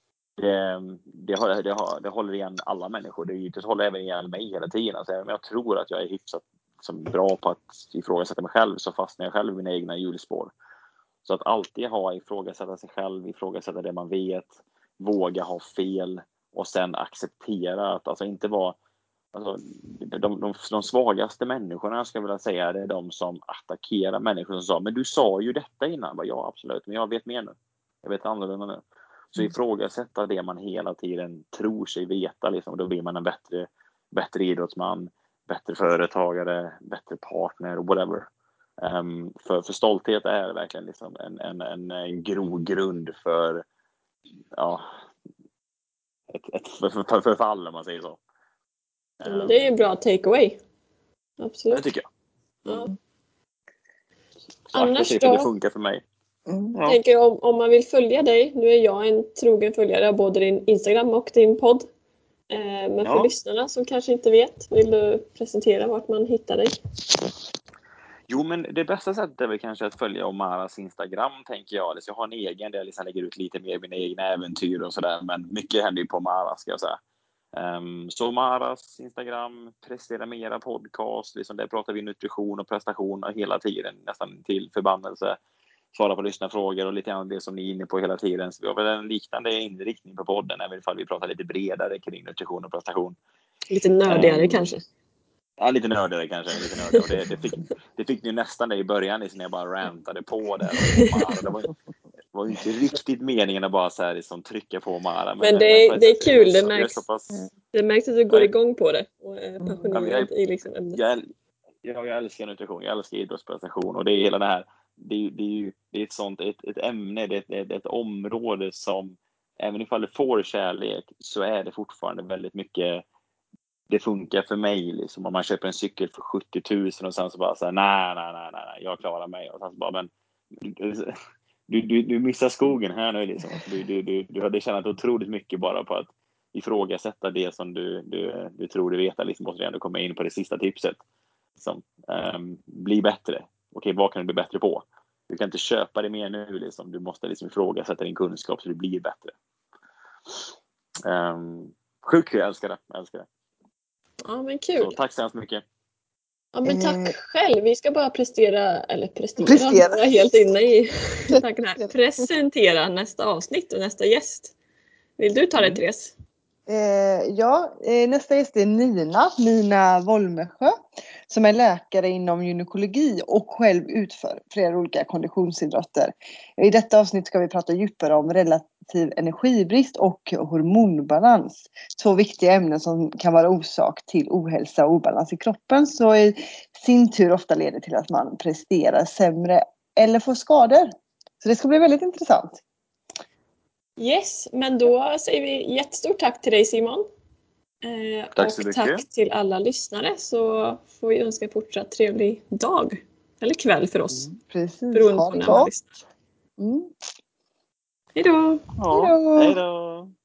Det håller igen alla människor. Det håller även igen mig hela tiden. Alltså, jag tror att jag är hyfsat bra på att ifrågasätta mig själv, så fastnar jag själv i mina egna hjulspår. Så att alltid ifrågasätta sig själv, ifrågasätta det man vet, våga ha fel och sen acceptera att alltså inte vara de svagaste människorna, ska jag vilja säga, det är de som attackerar människor som sa, men du sa ju detta innan. Ja, absolut, men jag vet mer nu. Jag vet annorlunda nu. Så ifrågasätta det man hela tiden tror sig veta, liksom, då blir man en bättre idrottsman, bättre företagare, bättre partner, whatever. För stolthet är verkligen liksom en grogrund för ett förfall, om man säger så. Men det är en bra takeaway. Absolut. Det tycker jag. Annars då? Det funkar för mig. Jag tänker om man vill följa dig, nu är jag en trogen följare av både din Instagram och din podd. Men för lyssnarna som kanske inte vet, vill du presentera vart man hittar dig? Jo, men det bästa sättet är väl kanske att följa Omaras Instagram, tänker jag. Jag har en egen där jag liksom lägger ut lite mer mina egna äventyr och sådär. Men mycket händer ju på Omara, ska jag säga. Så Omaras Instagram, Prestera Mera podcast, liksom där pratar vi nutrition och prestation hela tiden, nästan till förbannelse. Svara på lyssnarfrågor och lite grann det som ni är inne på hela tiden. Så vi har väl en liknande inriktning på podden, även ifall vi pratar lite bredare kring nutrition och prestation. Lite nördigare kanske. Ja, lite nördigare kanske. Lite nördigare. Och det fick ni nästan det i början när jag bara rantade på där. Det var inte riktigt meningen att bara så här, liksom, trycka på Mara. Men det är kul. Det märks att du går igång på det. Och är passionerad i liksom ämnet. Jag älskar nutrition. Jag älskar idrottsprestation. Och det är hela det här. Det är ett sånt ett ämne. Det är ett område som, även ifall det får kärlek, så är det fortfarande väldigt mycket. Det funkar för mig liksom. Om man köper en cykel för 70 000 och sen så bara så här, nej, jag klarar mig. Och sen så bara, men du missar skogen här nu liksom. Du hade tjänat otroligt mycket bara på att ifrågasätta det som du tror du vet. Liksom måste du ändå komma in på det sista tipset. Som, bli bättre. Okej, vad kan du bli bättre på? Du kan inte köpa det mer nu liksom. Du måste liksom ifrågasätta din kunskap så du blir bättre. Sjukt, jag älskar det. Ja, men kul. Så tack så hemskt mycket. Ja, men tack själv. Vi ska bara prestera. Jag är helt inne i tanken här. Presentera nästa avsnitt och nästa gäst. Vill du ta det, Therese? Nästa gäst är Nina Wolmesjö, som är läkare inom gynekologi och själv utför flera olika konditionsidrotter. I detta avsnitt ska vi prata djupare om relativ energibrist och hormonbalans. 2 viktiga ämnen som kan vara orsak till ohälsa och obalans i kroppen, så i sin tur ofta leder till att man presterar sämre eller får skador. Så det ska bli väldigt intressant. Yes, men då säger vi jättestort tack till dig, Simon. Tack så mycket. Tack till alla lyssnare, så får vi önska en fortsatt trevlig dag. Eller kväll för oss. Precis. Beroende på när man lyssnar. Mm. Hej då! Ja, hej då!